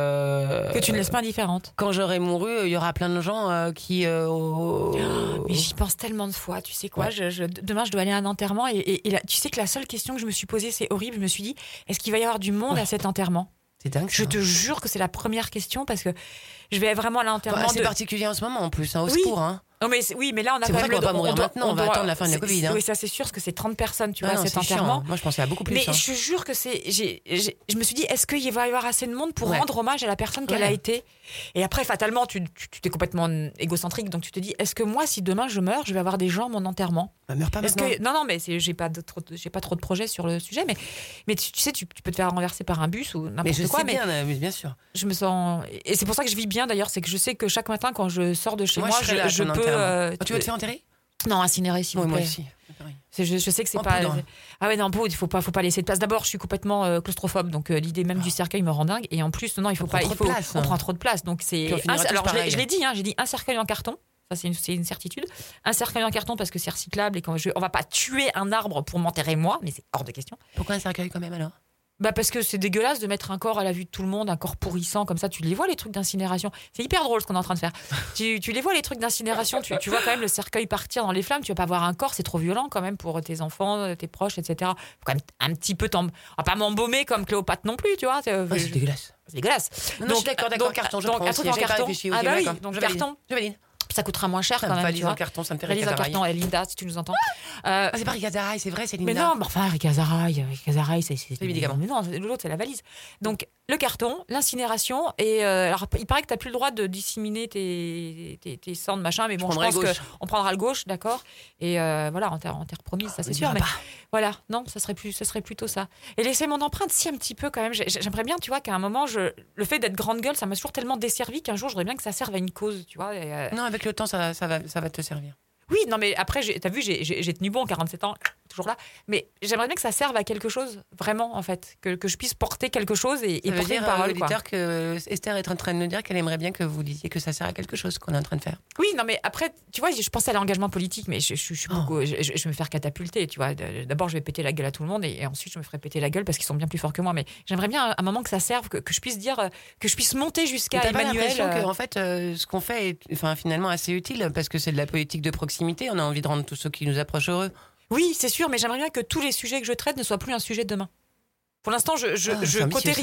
euh, Que tu ne laisses pas indifférente. quand j'aurai mouru, il y aura plein de gens euh, qui. euh, oh, Mais j'y pense tellement de fois, tu sais quoi, Ouais. je, je- demain je dois aller à un enterrement et, et- et là, tu sais que la seule question que je me suis posée, c'est horrible, je me suis dit, est-ce qu'il va y avoir du monde Ouais. à cet enterrement? c'est dingue. Je ça. te jure que c'est la première question parce que je vais vraiment à l'enterrement Enfin, c'est de... particulier en ce moment en plus, hein, au Oui. secours. Hein. Non, mais c'est- oui, mais là on a C'est quand pour ça même qu'on va le- pas mourir doit- maintenant, on va doit- attendre la fin de la c'est- Covid, hein. Oui, ça c'est sûr, parce que c'est trente personnes, tu Ah vois, non, à cet c'est chiant, enterrement. hein. Moi, je pensais à beaucoup plus. Mais hein. je te jure que c'est. J'ai, j'ai- je me suis dit, est-ce qu'il va y avoir assez de monde pour Ouais. rendre hommage à la personne qu'elle Ouais. a été? Et après, fatalement, tu, tu, tu es complètement égocentrique, donc tu te dis, est-ce que moi, si demain je meurs, je vais avoir des gens à mon enterrement? Bah, meurs pas Est-ce maintenant. que non, non, mais c'est, j'ai pas de, trop, j'ai pas trop de projets sur le sujet, mais mais tu, tu sais, tu, tu peux te faire renverser par un bus ou n'importe Mais je quoi. sais mais bien, euh, mais bien sûr. je me sens et c'est pour ça que je vis bien d'ailleurs, c'est que je sais que chaque matin quand je sors de chez moi, Moi, je serai là à je ton peux. enterrement. euh, Ah, tu veux te faire enterrer? Non, incinérer s'il Oui, vous moi plaît. aussi. C'est pareil. C'est- Je, je sais que c'est En pas. poudre. Ah ouais, non, en poudre, il faut pas, faut pas laisser de place. D'abord, je suis complètement euh, claustrophobe, donc euh, l'idée même du cercueil me rend dingue. Et en plus, non, il faut On pas. prend Il trop faut, de place, on hein. prend trop de place. Donc c'est. Puis on finira un- tous alors je l'ai, pareil. je l'ai dit, hein, j'ai dit un cercueil en carton. Ça, c'est une, c'est une certitude. Un cercueil en carton parce que c'est recyclable et quand je, on va pas tuer un arbre pour m'enterrer moi, mais c'est hors de question. Pourquoi un cercueil quand même alors? Bah parce que c'est dégueulasse de mettre un corps à la vue de tout le monde, un corps pourrissant comme ça. Tu les vois les trucs d'incinération. C'est hyper drôle ce qu'on est en train de faire. tu, tu les vois les trucs d'incinération. Tu, tu vois quand même le cercueil partir dans les flammes. Tu vas pas voir un corps, c'est trop violent quand même pour tes enfants, tes proches, et cetera. Faut quand même un petit peu t'en, on va pas m'embaumer comme Cléopâtre non plus, tu vois. C'est, Ah, c'est dégueulasse. c'est dégueulasse. Non, non, je suis d'accord, d'accord, carton, je donc prends un aussi. truc en J'ai pas carton. réfléchi, Ah ok, bah oui, d'accord. donc Je valide. carton. Je valide. Ça coûtera moins cher quand même. Valise tu en vois. carton, ça me fait Valise en Ricazaraï. carton, et Linda, si tu nous entends. Euh, Ah, c'est pas Ricazaraï, c'est vrai, c'est mais Linda. non, mais enfin, Ricazaraï, Ricazaraï, c'est, c'est, les médicaments. mais non, l'autre, c'est la valise. Donc, le carton, l'incinération, et euh, alors, il paraît que tu n'as plus le droit de disséminer tes, tes, tes cendres, machin, mais bon, je, prendrai pense gauche. qu'on prendra le gauche, d'accord. Et euh, voilà, en terre, en terre promise, ça c'est on sûr. dira Mais pas. voilà, non, ça serait, plus, ça serait plutôt ça. Et laisser mon empreinte, si, un petit peu quand même. J'ai- J'aimerais bien, tu vois, qu'à un moment, je, le fait d'être grande gueule, ça m'a toujours tellement desservi qu'un jour, je voudrais bien que ça serve à une cause, tu vois. Et, euh, Non, avec le temps, ça, ça, va, ça va te servir. oui, non, mais après, j'ai- t'as vu, j'ai, j'ai, j'ai tenu bon, quarante-sept ans, toujours là. Mais j'aimerais bien que ça serve à quelque chose, vraiment, en fait. Que, que je puisse porter quelque chose et, et Ça veut porter dire, une euh, parole, quoi. l'auditeur, que Esther est en train de nous dire qu'elle aimerait bien que vous disiez que ça sert à quelque chose qu'on est en train de faire. Oui, non, mais après, tu vois, je pensais à l'engagement politique, mais je, je, je suis Oh. beaucoup, je, je- je vais me faire catapulter, tu vois. D'abord, je vais péter la gueule à tout le monde et, et ensuite, je me ferai péter la gueule parce qu'ils sont bien plus forts que moi. Mais j'aimerais bien, à un moment, que ça serve, que, que je puisse dire, euh, que je puisse monter Mais jusqu'à t'as pas Emmanuel. l'impression euh, que, en fait, euh, ce qu'on fait est enfin, finalement assez utile parce que c'est de la politique de proximité. On a envie de rendre tous ceux qui nous approchent heureux. Oui, c'est sûr, mais j'aimerais bien que tous les sujets que je traite ne soient plus un sujet de demain. Pour l'instant, je, je, Ah, je c'est ambitieux, cautérise. ça.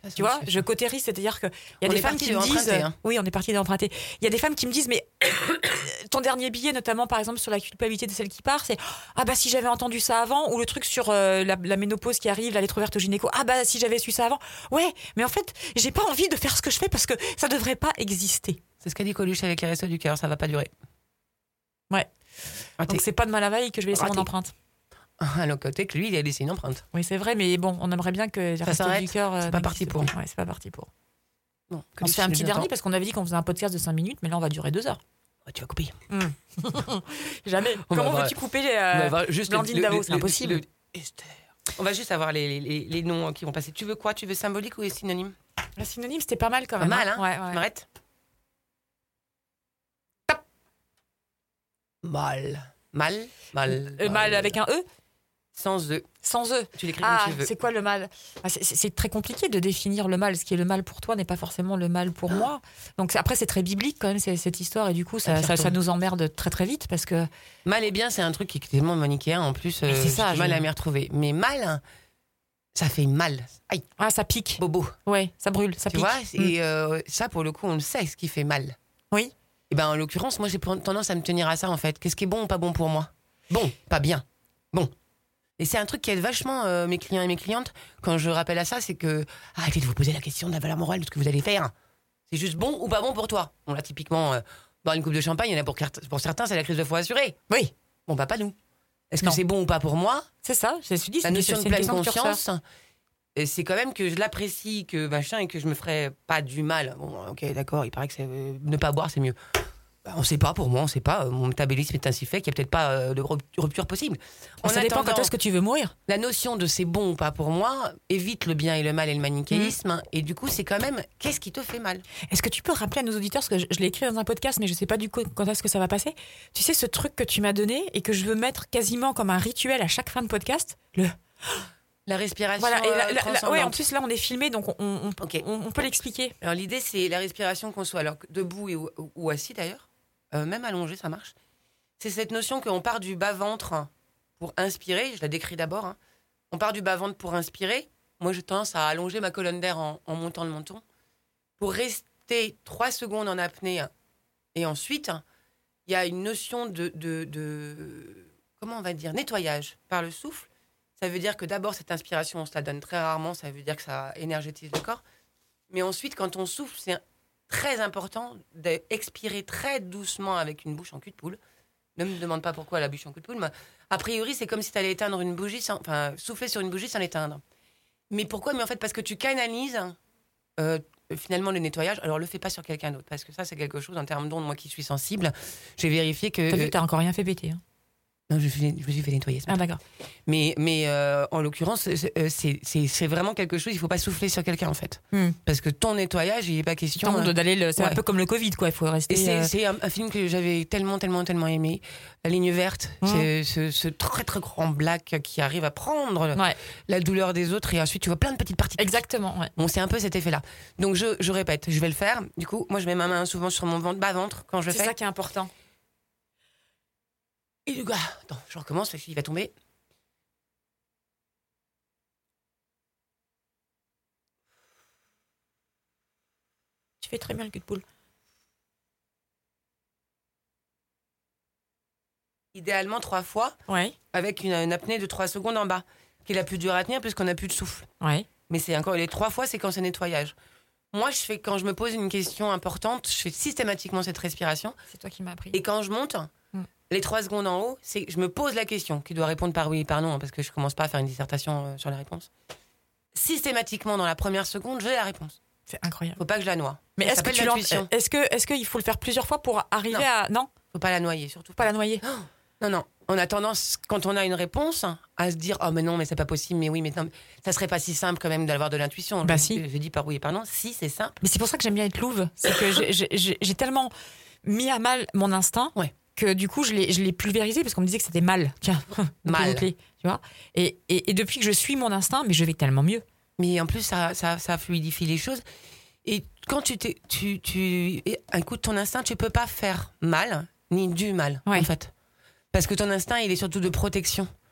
Ça, Tu vois, je cautérise, c'est-à-dire que il y a On des est femmes qui parti me d'emprunter, disent, hein. oui, on est parti d'emprunter. Il y a des femmes qui me disent, mais ton dernier billet, notamment par exemple sur la culpabilité de celle qui part, c'est ah bah si j'avais entendu ça avant, ou le truc sur euh, la, la ménopause qui arrive, la lettre ouverte au gynéco, ah bah si j'avais su ça avant. Ouais, mais en fait, j'ai pas envie de faire ce que je fais parce que ça devrait pas exister. C'est ce qu'a dit Coluche avec les Restos du Cœur, ça va pas durer. Ouais. Ah, Donc c'est pas de mal à veille que je vais laisser Raté. mon empreinte. À l'autre côté, que lui, il a laissé une empreinte. Oui, c'est vrai, mais bon, on aimerait bien que les Ça Restos s'arrête, du cœur. euh, c'est pas n'existent parti pour. pas. Ouais, c'est pas parti pour. Bon, On se Coluche, fait un il petit nous dernier attend. parce qu'on avait dit qu'on faisait un podcast de cinq minutes, mais là on va durer deux heures. Oh, tu vas couper. Jamais. On va Comment voir- veux-tu couper les, On va euh, avoir juste le- Blandine le- Davo, le- c'est le- impossible. le- Esther. On va juste avoir les, les, les noms qui vont passer. Tu veux quoi? Tu veux symbolique ou synonyme? La synonyme, c'était pas mal quand Pas même. mal, hein? Ouais, Tu ouais. m'arrêtes? Top. Mal. Mal. Mal. Le mal avec un E, Sans E. sans E. Tu l'écris Ah, comme tu veux. c'est quoi le mal? Ah, c'est- c'est c'est très compliqué de définir le mal. Ce qui est le mal pour toi n'est pas forcément le mal pour moi. Donc c'est- après, c'est très biblique quand même c'est- cette histoire, et du coup, ça, Ah, ça, surtout. ça nous emmerde très très vite parce que Mal et bien, c'est un truc qui est tellement manichéen. En plus, euh, Mais c'est ça, j'ai du mal je- à m'y retrouver. Mais mal, ça fait mal. Aïe, ah, ça pique. bobo. Ouais, ça brûle, ça Tu pique. vois? Mm. Et euh, ça, pour le coup, on le sait, ce qui fait mal. Oui. Et ben, en l'occurrence, moi, j'ai tendance à me tenir à ça, en fait. Qu'est-ce qui est bon ou pas bon pour moi? Bon, pas bien. Bon. Et c'est un truc qui aide vachement euh, mes clients et mes clientes quand je rappelle à ça, c'est que arrêtez de vous poser la question de la valeur morale de ce que vous allez faire. C'est juste bon ou pas bon pour toi. Bon, là, typiquement, euh, boire une coupe de champagne, il y en a pour, pour certains, c'est la crise de foie assurée. Oui, Bon, bah, pas nous. Est-ce que Non. c'est bon ou pas pour moi? c'est ça. Je me suis dit, La c'est notion de c'est une pleine question de curseur. conscience, euh, c'est quand même que je l'apprécie, que machin, et que je me ferais pas du mal. Bon, ok, d'accord, il paraît que c'est, euh, ne pas boire, c'est mieux. Bah, on sait pas, pour moi, on sait pas. Mon métabolisme est ainsi fait qu'il n'y a peut-être pas euh, de ru- rupture possible. En Ça dépend attendant, quand est-ce que tu veux mourir. la notion de c'est bon ou pas pour moi évite le bien et le mal et le manichéisme. Et du coup, c'est quand même qu'est-ce qui te fait mal? Est-ce que tu peux rappeler à nos auditeurs, parce que je, je l'ai écrit dans un podcast, mais je sais pas du coup quand est-ce que ça va passer. Tu sais, ce truc que tu m'as donné et que je veux mettre quasiment comme un rituel à chaque fin de podcast, le La respiration. voilà. Et euh, la- la- la- transcendante. ouais, en plus là, on est filmé, donc on, on, Ok. on- on peut l'expliquer. Alors l'idée, c'est la respiration qu'on soit alors debout et, ou, ou assis d'ailleurs, euh, même allongé, ça marche. C'est cette notion qu'on part du bas-ventre pour inspirer. Je la décris d'abord. hein. On part du bas-ventre pour inspirer. Moi, j'ai tendance à allonger ma colonne d'air en, en montant le menton pour rester trois secondes en apnée. Et ensuite, il y a une notion de, de, de comment on va dire, nettoyage par le souffle. Ça veut dire que d'abord, cette inspiration, on se la donne très rarement. Ça veut dire que ça énergétise le corps. Mais ensuite, quand on souffle, c'est très important d'expirer très doucement avec une bouche en cul de poule. Ne me demande pas pourquoi la bouche en cul de poule. Mais a priori, c'est comme si tu allais éteindre une bougie, sans, enfin, souffler sur une bougie sans l'éteindre. Mais pourquoi? Mais en fait, parce que tu canalises euh, finalement le nettoyage. Alors, le fais pas sur quelqu'un d'autre, parce que ça, c'est quelque chose en termes d'onde. Moi qui suis sensible, j'ai vérifié que. T'as vu que t'as encore rien fait péter. Hein. Non, je, suis- je me suis fait nettoyer ce Ah matin. d'accord. Mais, mais euh, en l'occurrence, c'est, c'est, c'est, c'est vraiment quelque chose, il faut pas souffler sur quelqu'un, en fait. Hmm. Parce que ton nettoyage, il n'est pas question. Question euh, d'aller, le- c'est un ouais. peu comme le Covid, quoi. Il faut rester. Et c'est, euh, c'est un, un film que j'avais tellement, tellement, tellement aimé. La ligne verte, Mmh. c'est ce, ce très, très grand black qui arrive à prendre Ouais. la douleur des autres et ensuite tu vois plein de petites parties. Exactement. Ouais. Bon, c'est un peu cet effet-là. Donc je, je répète, je vais le faire. Du coup, moi je mets ma main souvent sur mon ventre, bas-ventre quand je le C'est fais. ça qui est important. Et du coup, ah, attends, je recommence parce qu'il va tomber. Tu fais très bien le cul de poule. Idéalement trois fois Ouais. avec une, une apnée de trois secondes en bas, qui est la plus dure à tenir puisqu'on n'a plus de souffle. Ouais. Mais c'est encore les trois fois, c'est quand c'est nettoyage. Moi, je fais quand je me pose une question importante, je fais systématiquement cette respiration. C'est toi qui m'as appris. Et quand je monte, Mm. les trois secondes en haut, c'est que je me pose la question, qui doit répondre par oui et par non, hein, parce que je commence pas à faire une dissertation euh, sur les réponses. Systématiquement, dans la première seconde, j'ai la réponse. C'est incroyable. Faut pas que je la noie. Mais Ça est-ce que s'appelle tu l'en- l'intuition. est-ce que est-ce qu'il faut le faire plusieurs fois pour arriver Non. à non Faut pas la noyer, surtout pas la noyer. Non, non. On a tendance, quand on a une réponse, à se dire « Oh, mais non, mais c'est pas possible, mais oui, mais non, ça serait pas si simple quand même d'avoir de l'intuition. » Bah je, si. Je dis par oui et par non. Si, c'est simple. Mais c'est pour ça que j'aime bien être louve. C'est que j'ai- j'ai j'ai- j'ai tellement mis à mal mon instinct Ouais. que du coup je l'ai je l'ai pulvérisé parce qu'on me disait que c'était mal. Tiens, Mal. bouclé, tu vois. Et, et, et depuis que je suis mon instinct, mais je vais tellement mieux. Mais en plus, ça, ça, ça fluidifie les choses. Et quand tu, t'es, tu, tu écoutes ton instinct, tu peux pas faire mal, ni du mal, Ouais. en fait. Parce que ton instinct, il est surtout de protection.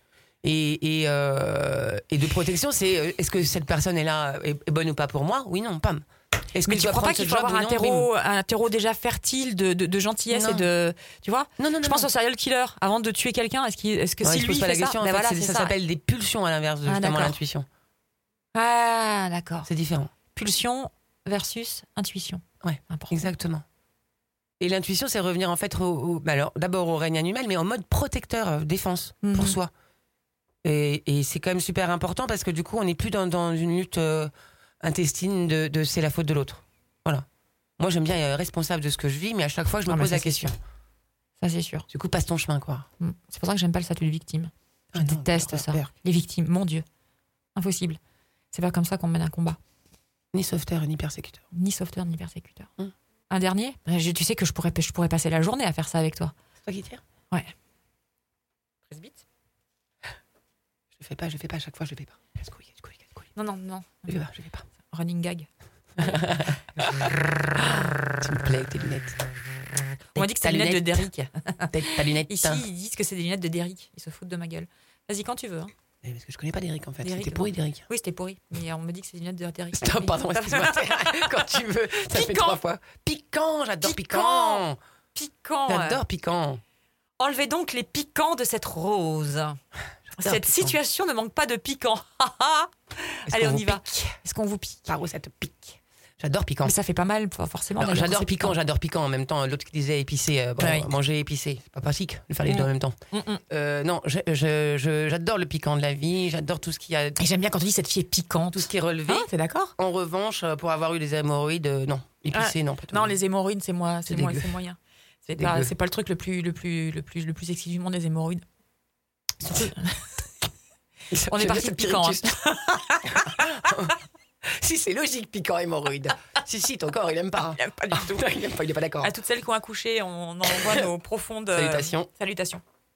Et, et, euh, et de protection, c'est euh, est-ce que cette personne est là, est, est bonne ou pas pour moi? Oui, non, pam. Est-ce Mais que tu dois crois pas prendre ce qu'il faut job avoir ou un non? terreau, un terreau déjà fertile de, de, de gentillesse Non. et de. Tu vois? Non, non, non. Je pense non. au serial killer. Avant de tuer quelqu'un, est-ce, qu'il, est-ce que Ouais, si je lui pose pas fait la question. ça, En ben fait, voilà, c'est- c'est ça ça. s'appelle des pulsions à l'inverse de Ah, justement d'accord. l'intuition. Ah, d'accord. C'est différent. Pulsion versus intuition. Ouais, important. Exactement. Et l'intuition, c'est revenir en fait au, au- bah alors d'abord au règne animal, mais en mode protecteur, euh, défense Mhm. pour soi. Et, et c'est quand même super important parce que du coup, on n'est plus dans, dans une lutte euh, intestine de, de c'est la faute de l'autre. Voilà. Moi, j'aime bien être responsable de ce que je vis, mais à chaque fois, je me Ah, mais pose ça, la c'est question. sûr. Ça, c'est sûr. Du coup, passe ton chemin, quoi. Mm. C'est pour ça que j'aime pas le statut de victime. Je Ah non, déteste Berk, ça. Berk. Les victimes, mon Dieu. Impossible. C'est pas comme ça qu'on mène un combat. Ni sauveteur, ni persécuteur. Ni sauveteur, ni persécuteur. Mm. Un dernier? Je- Tu sais que je pourrais, je pourrais passer la journée à faire ça avec toi. C'est toi qui tires? Ouais. Presbyte? Je le fais pas, je le fais pas à chaque fois, je le fais pas. Casse-couille, casse-couille, casse-couille. Non, non, non. Je le fais pas, je le fais pas. Running gag. Tu me plais avec tes lunettes. On m'a dit que Ta c'est des lunettes de lunette. Derrick. Avec ta lunette. Ici, ils disent que c'est des lunettes de Derrick. Ils se foutent de ma gueule. Vas-y, quand tu veux. Hein. Eh, Parce que je connais pas Derrick en fait. Derrick, C'était pourri, non. Derrick. Oui, c'était pourri. Mais on me dit que c'est des lunettes de Derrick. Stop, pardon, excuse-moi. Quand tu veux, ça fait Piquant. trois fois. Piquant, j'adore Piquant. piquant. Piquant. J'adore piquant. Enlevez donc les piquants de cette rose. Cette piquant. situation ne manque pas de piquant. Est-ce Allez, qu'on on vous y va. pique Est-ce qu'on vous pique? Par où ça te pique? J'adore piquant. Mais ça fait pas mal, forcément. Alors, d'aller j'adore brosser piquant, j'adore piquant. En même temps, l'autre qui disait épicé, euh, bon, Ouais. manger épicé, c'est pas pratique de faire les Mm. deux en même temps. Mm, mm. Euh, non, je- je- je- j'adore le piquant de la vie, j'adore tout ce qui a, Et j'aime bien quand on dit cette fille est piquante. tout ce qui est relevé. Ah, t'es d'accord? En revanche, euh, pour avoir eu des hémorroïdes, euh, non, épicé, non, pas tout. Non, les hémorroïdes, c'est moi, c'est C'est moi, dégueu. c'est moyen. C'est C'est pas, dégueu. c'est pas le truc le plus, le plus, le plus, le plus sexy du monde, les hémorroïdes. Surtout- On est J'aime parti bien de ce piquant. Pyrrhus. Si, c'est logique, piquant hémorroïde. Si, si, ton corps, il aime pas. Il aime pas du tout. Il aime pas, il est pas d'accord. À toutes celles qui ont accouché, on envoie nos profondes euh, Salutations. salutations.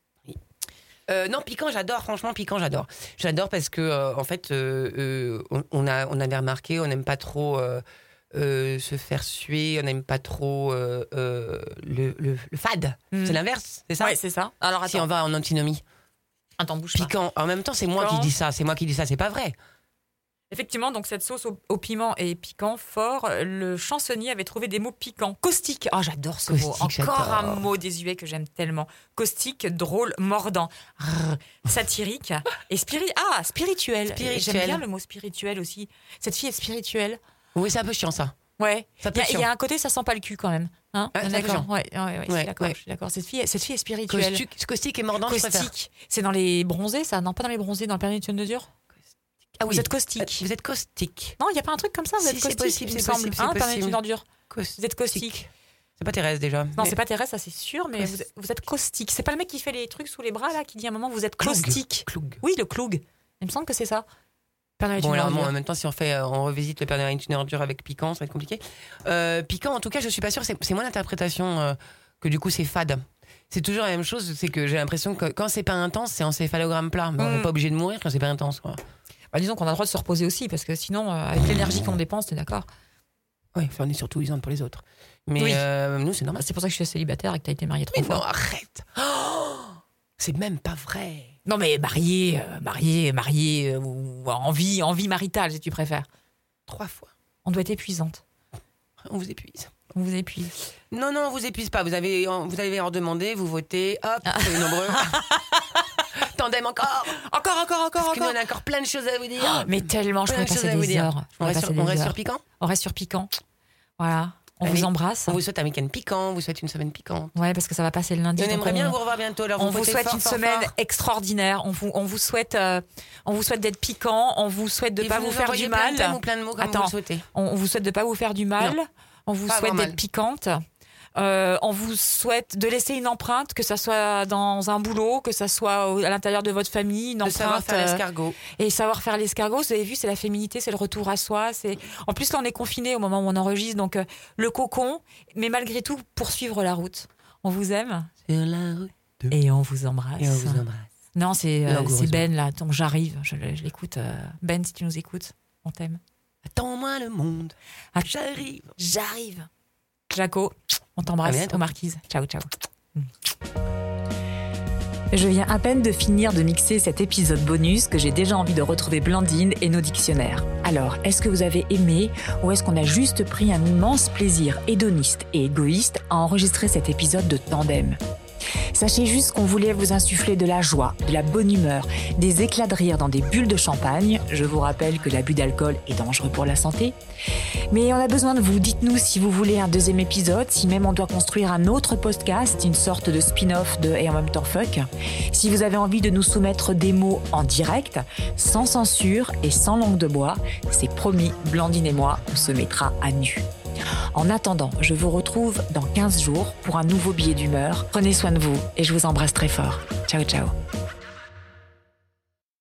Euh, non, piquant, j'adore. Franchement, piquant, j'adore. J'adore parce que, euh, en fait, euh, euh, on, on a, on avait remarqué, on n'aime pas trop euh, euh, se faire suer, on n'aime pas trop euh, euh, le, le, le fade. Mm. C'est l'inverse, c'est ça Ouais, c'est ça. Alors attends, Si on va en antinomie. attends, bouge pas. Piquant. En même temps, c'est moi Piquant. qui dis ça. C'est moi qui dis ça. C'est pas vrai. Effectivement, donc cette sauce au, au piment et piquant fort, le chansonnier avait trouvé des mots piquants. Caustique, oh j'adore ce mot. Caustique, Encore j'adore. un mot désuet que j'aime tellement. Caustique, drôle, mordant, Rrr, satirique et spiri ah, spirituel. Spirituel. J'aime bien le mot spirituel aussi. Cette fille est spirituelle. Oui, c'est un peu chiant, ça. Ouais. Ça Il peut y, a- être il y chiant. a un côté, ça sent pas le cul quand même. Hein Ouais, On est c'est un peu d'accord. chiant. Ouais, ouais, ouais, je suis Ouais, d'accord. ouais. Je suis d'accord. Cette fille, cette fille est spirituelle. Caustique, caustique et mordant, je préfère. Caustique. C'est dans les bronzés, ça? Non, pas dans les bronzés, dans le Permis de de Dur. Ah Vous êtes caustique. Vous êtes caustique. Non, il n'y a pas un truc comme ça, vous Si, êtes c'est caustique, possible, il me c'est semble. possible, c'est Hein, Permis possible. d'études dure. Caustique. Vous êtes caustique. C'est pas Thérèse déjà. Non, Mais- c'est pas Thérèse, ça c'est sûr, mais vous êtes, vous êtes caustique. C'est pas le mec qui fait les trucs sous les bras là, qui dit à un moment vous êtes Cloug. caustique. Cloug. Oui, le cloug. Il me semble que c'est ça. Père Noël est Bon, une alors, bon, ordure. en même temps, si on fait, euh, on revisite le Père Noël est une ordure avec piquant, ça va être compliqué. Euh, piquant, en tout cas, je suis pas sûre. C'est, c'est mon interprétation euh, que du coup, c'est fade. C'est toujours la même chose. C'est que j'ai l'impression que quand c'est pas intense, c'est encéphalogramme plat. Bon, On Mm. n'est pas obligé de mourir quand c'est pas intense, quoi. Bah, disons qu'on a le droit de se reposer aussi, parce que sinon, euh, avec l'énergie qu'on dépense, t'es d'accord. Oui, on est surtout lisante pour les autres. Mais Oui. euh, nous, c'est Bah, normal. c'est pour ça que je suis célibataire et que t'as été marié trois Mais non, fois. arrête. Oh, c'est même pas vrai. Non, mais marié, euh, marié, marié, euh, ou en vie, en vie maritale, si tu préfères. Trois fois. On doit être épuisante. On vous épuise. On vous épuise. Non, non, on vous épuise pas. Vous avez, vous avez en demandé, vous votez. Hop, Ah. soyez nombreux. Tandem encore. Encore, encore, encore, Parce que nous, encore. on a encore plein de choses à vous dire. Oh, mais tellement, je Plein pourrais de choses passer à vous des dire. heures. Je On pourrais reste, passer sur, on des reste heures. sur piquant. On reste sur piquant. Voilà. On Allez. vous embrasse. On vous souhaite un week-end piquant, on vous souhaite une semaine piquante. Ouais, parce que ça va passer le lundi. Et on donc aimerait on- bien vous revoir bientôt. Alors On vous votez souhaite fort, une fort, semaine fort. extraordinaire. On vous, on vous souhaite, euh, on vous souhaite d'être piquant. On vous souhaite de Et pas vous, nous faire envoyez du plein mal. de thèmes ou plein de mots comme Attends. vous le souhaitez. On, on vous souhaite de pas vous faire du mal. Non. On vous Pas souhaite avoir d'être mal. piquante. Euh, on vous souhaite de laisser une empreinte, que ça soit dans un boulot, que ça soit au- à l'intérieur de votre famille, une De savoir empreinte. faire euh, l'escargot. Et savoir faire l'escargot, vous avez vu, c'est la féminité, c'est le retour à soi. C'est en plus là on est confiné au moment où on enregistre, donc euh, le cocon, mais malgré tout poursuivre la route. On vous aime Sur la route. et on vous embrasse. Et on vous embrasse. Non, c'est euh, Langoureusement. c'est Ben là, donc j'arrive, je, je l'écoute. euh, Ben, si tu nous écoutes, on t'aime. Attends-moi le monde. Ah, J'arrive. J'arrive. Jaco, on t'embrasse À bientôt. aux marquises. Ciao, ciao. Je viens à peine de finir de mixer cet épisode bonus que j'ai déjà envie de retrouver Blandine et nos dictionnaires. Alors, est-ce que vous avez aimé ou est-ce qu'on a juste pris un immense plaisir hédoniste et égoïste à enregistrer cet épisode de tandem ? Sachez juste qu'on voulait vous insuffler de la joie, de la bonne humeur, des éclats de rire dans des bulles de champagne. Je vous rappelle que l'abus d'alcool est dangereux pour la santé. Mais on a besoin de vous. Dites-nous si vous voulez un deuxième épisode, si même on doit construire un autre podcast, une sorte de spin-off de Et en même temps fuck. Si vous avez envie de nous soumettre des mots en direct, sans censure et sans langue de bois, c'est promis, Blandine et moi, on se mettra à nu. En attendant, je vous retrouve dans quinze jours pour un nouveau billet d'humeur. Prenez soin de vous et je vous embrasse très fort. Ciao, ciao.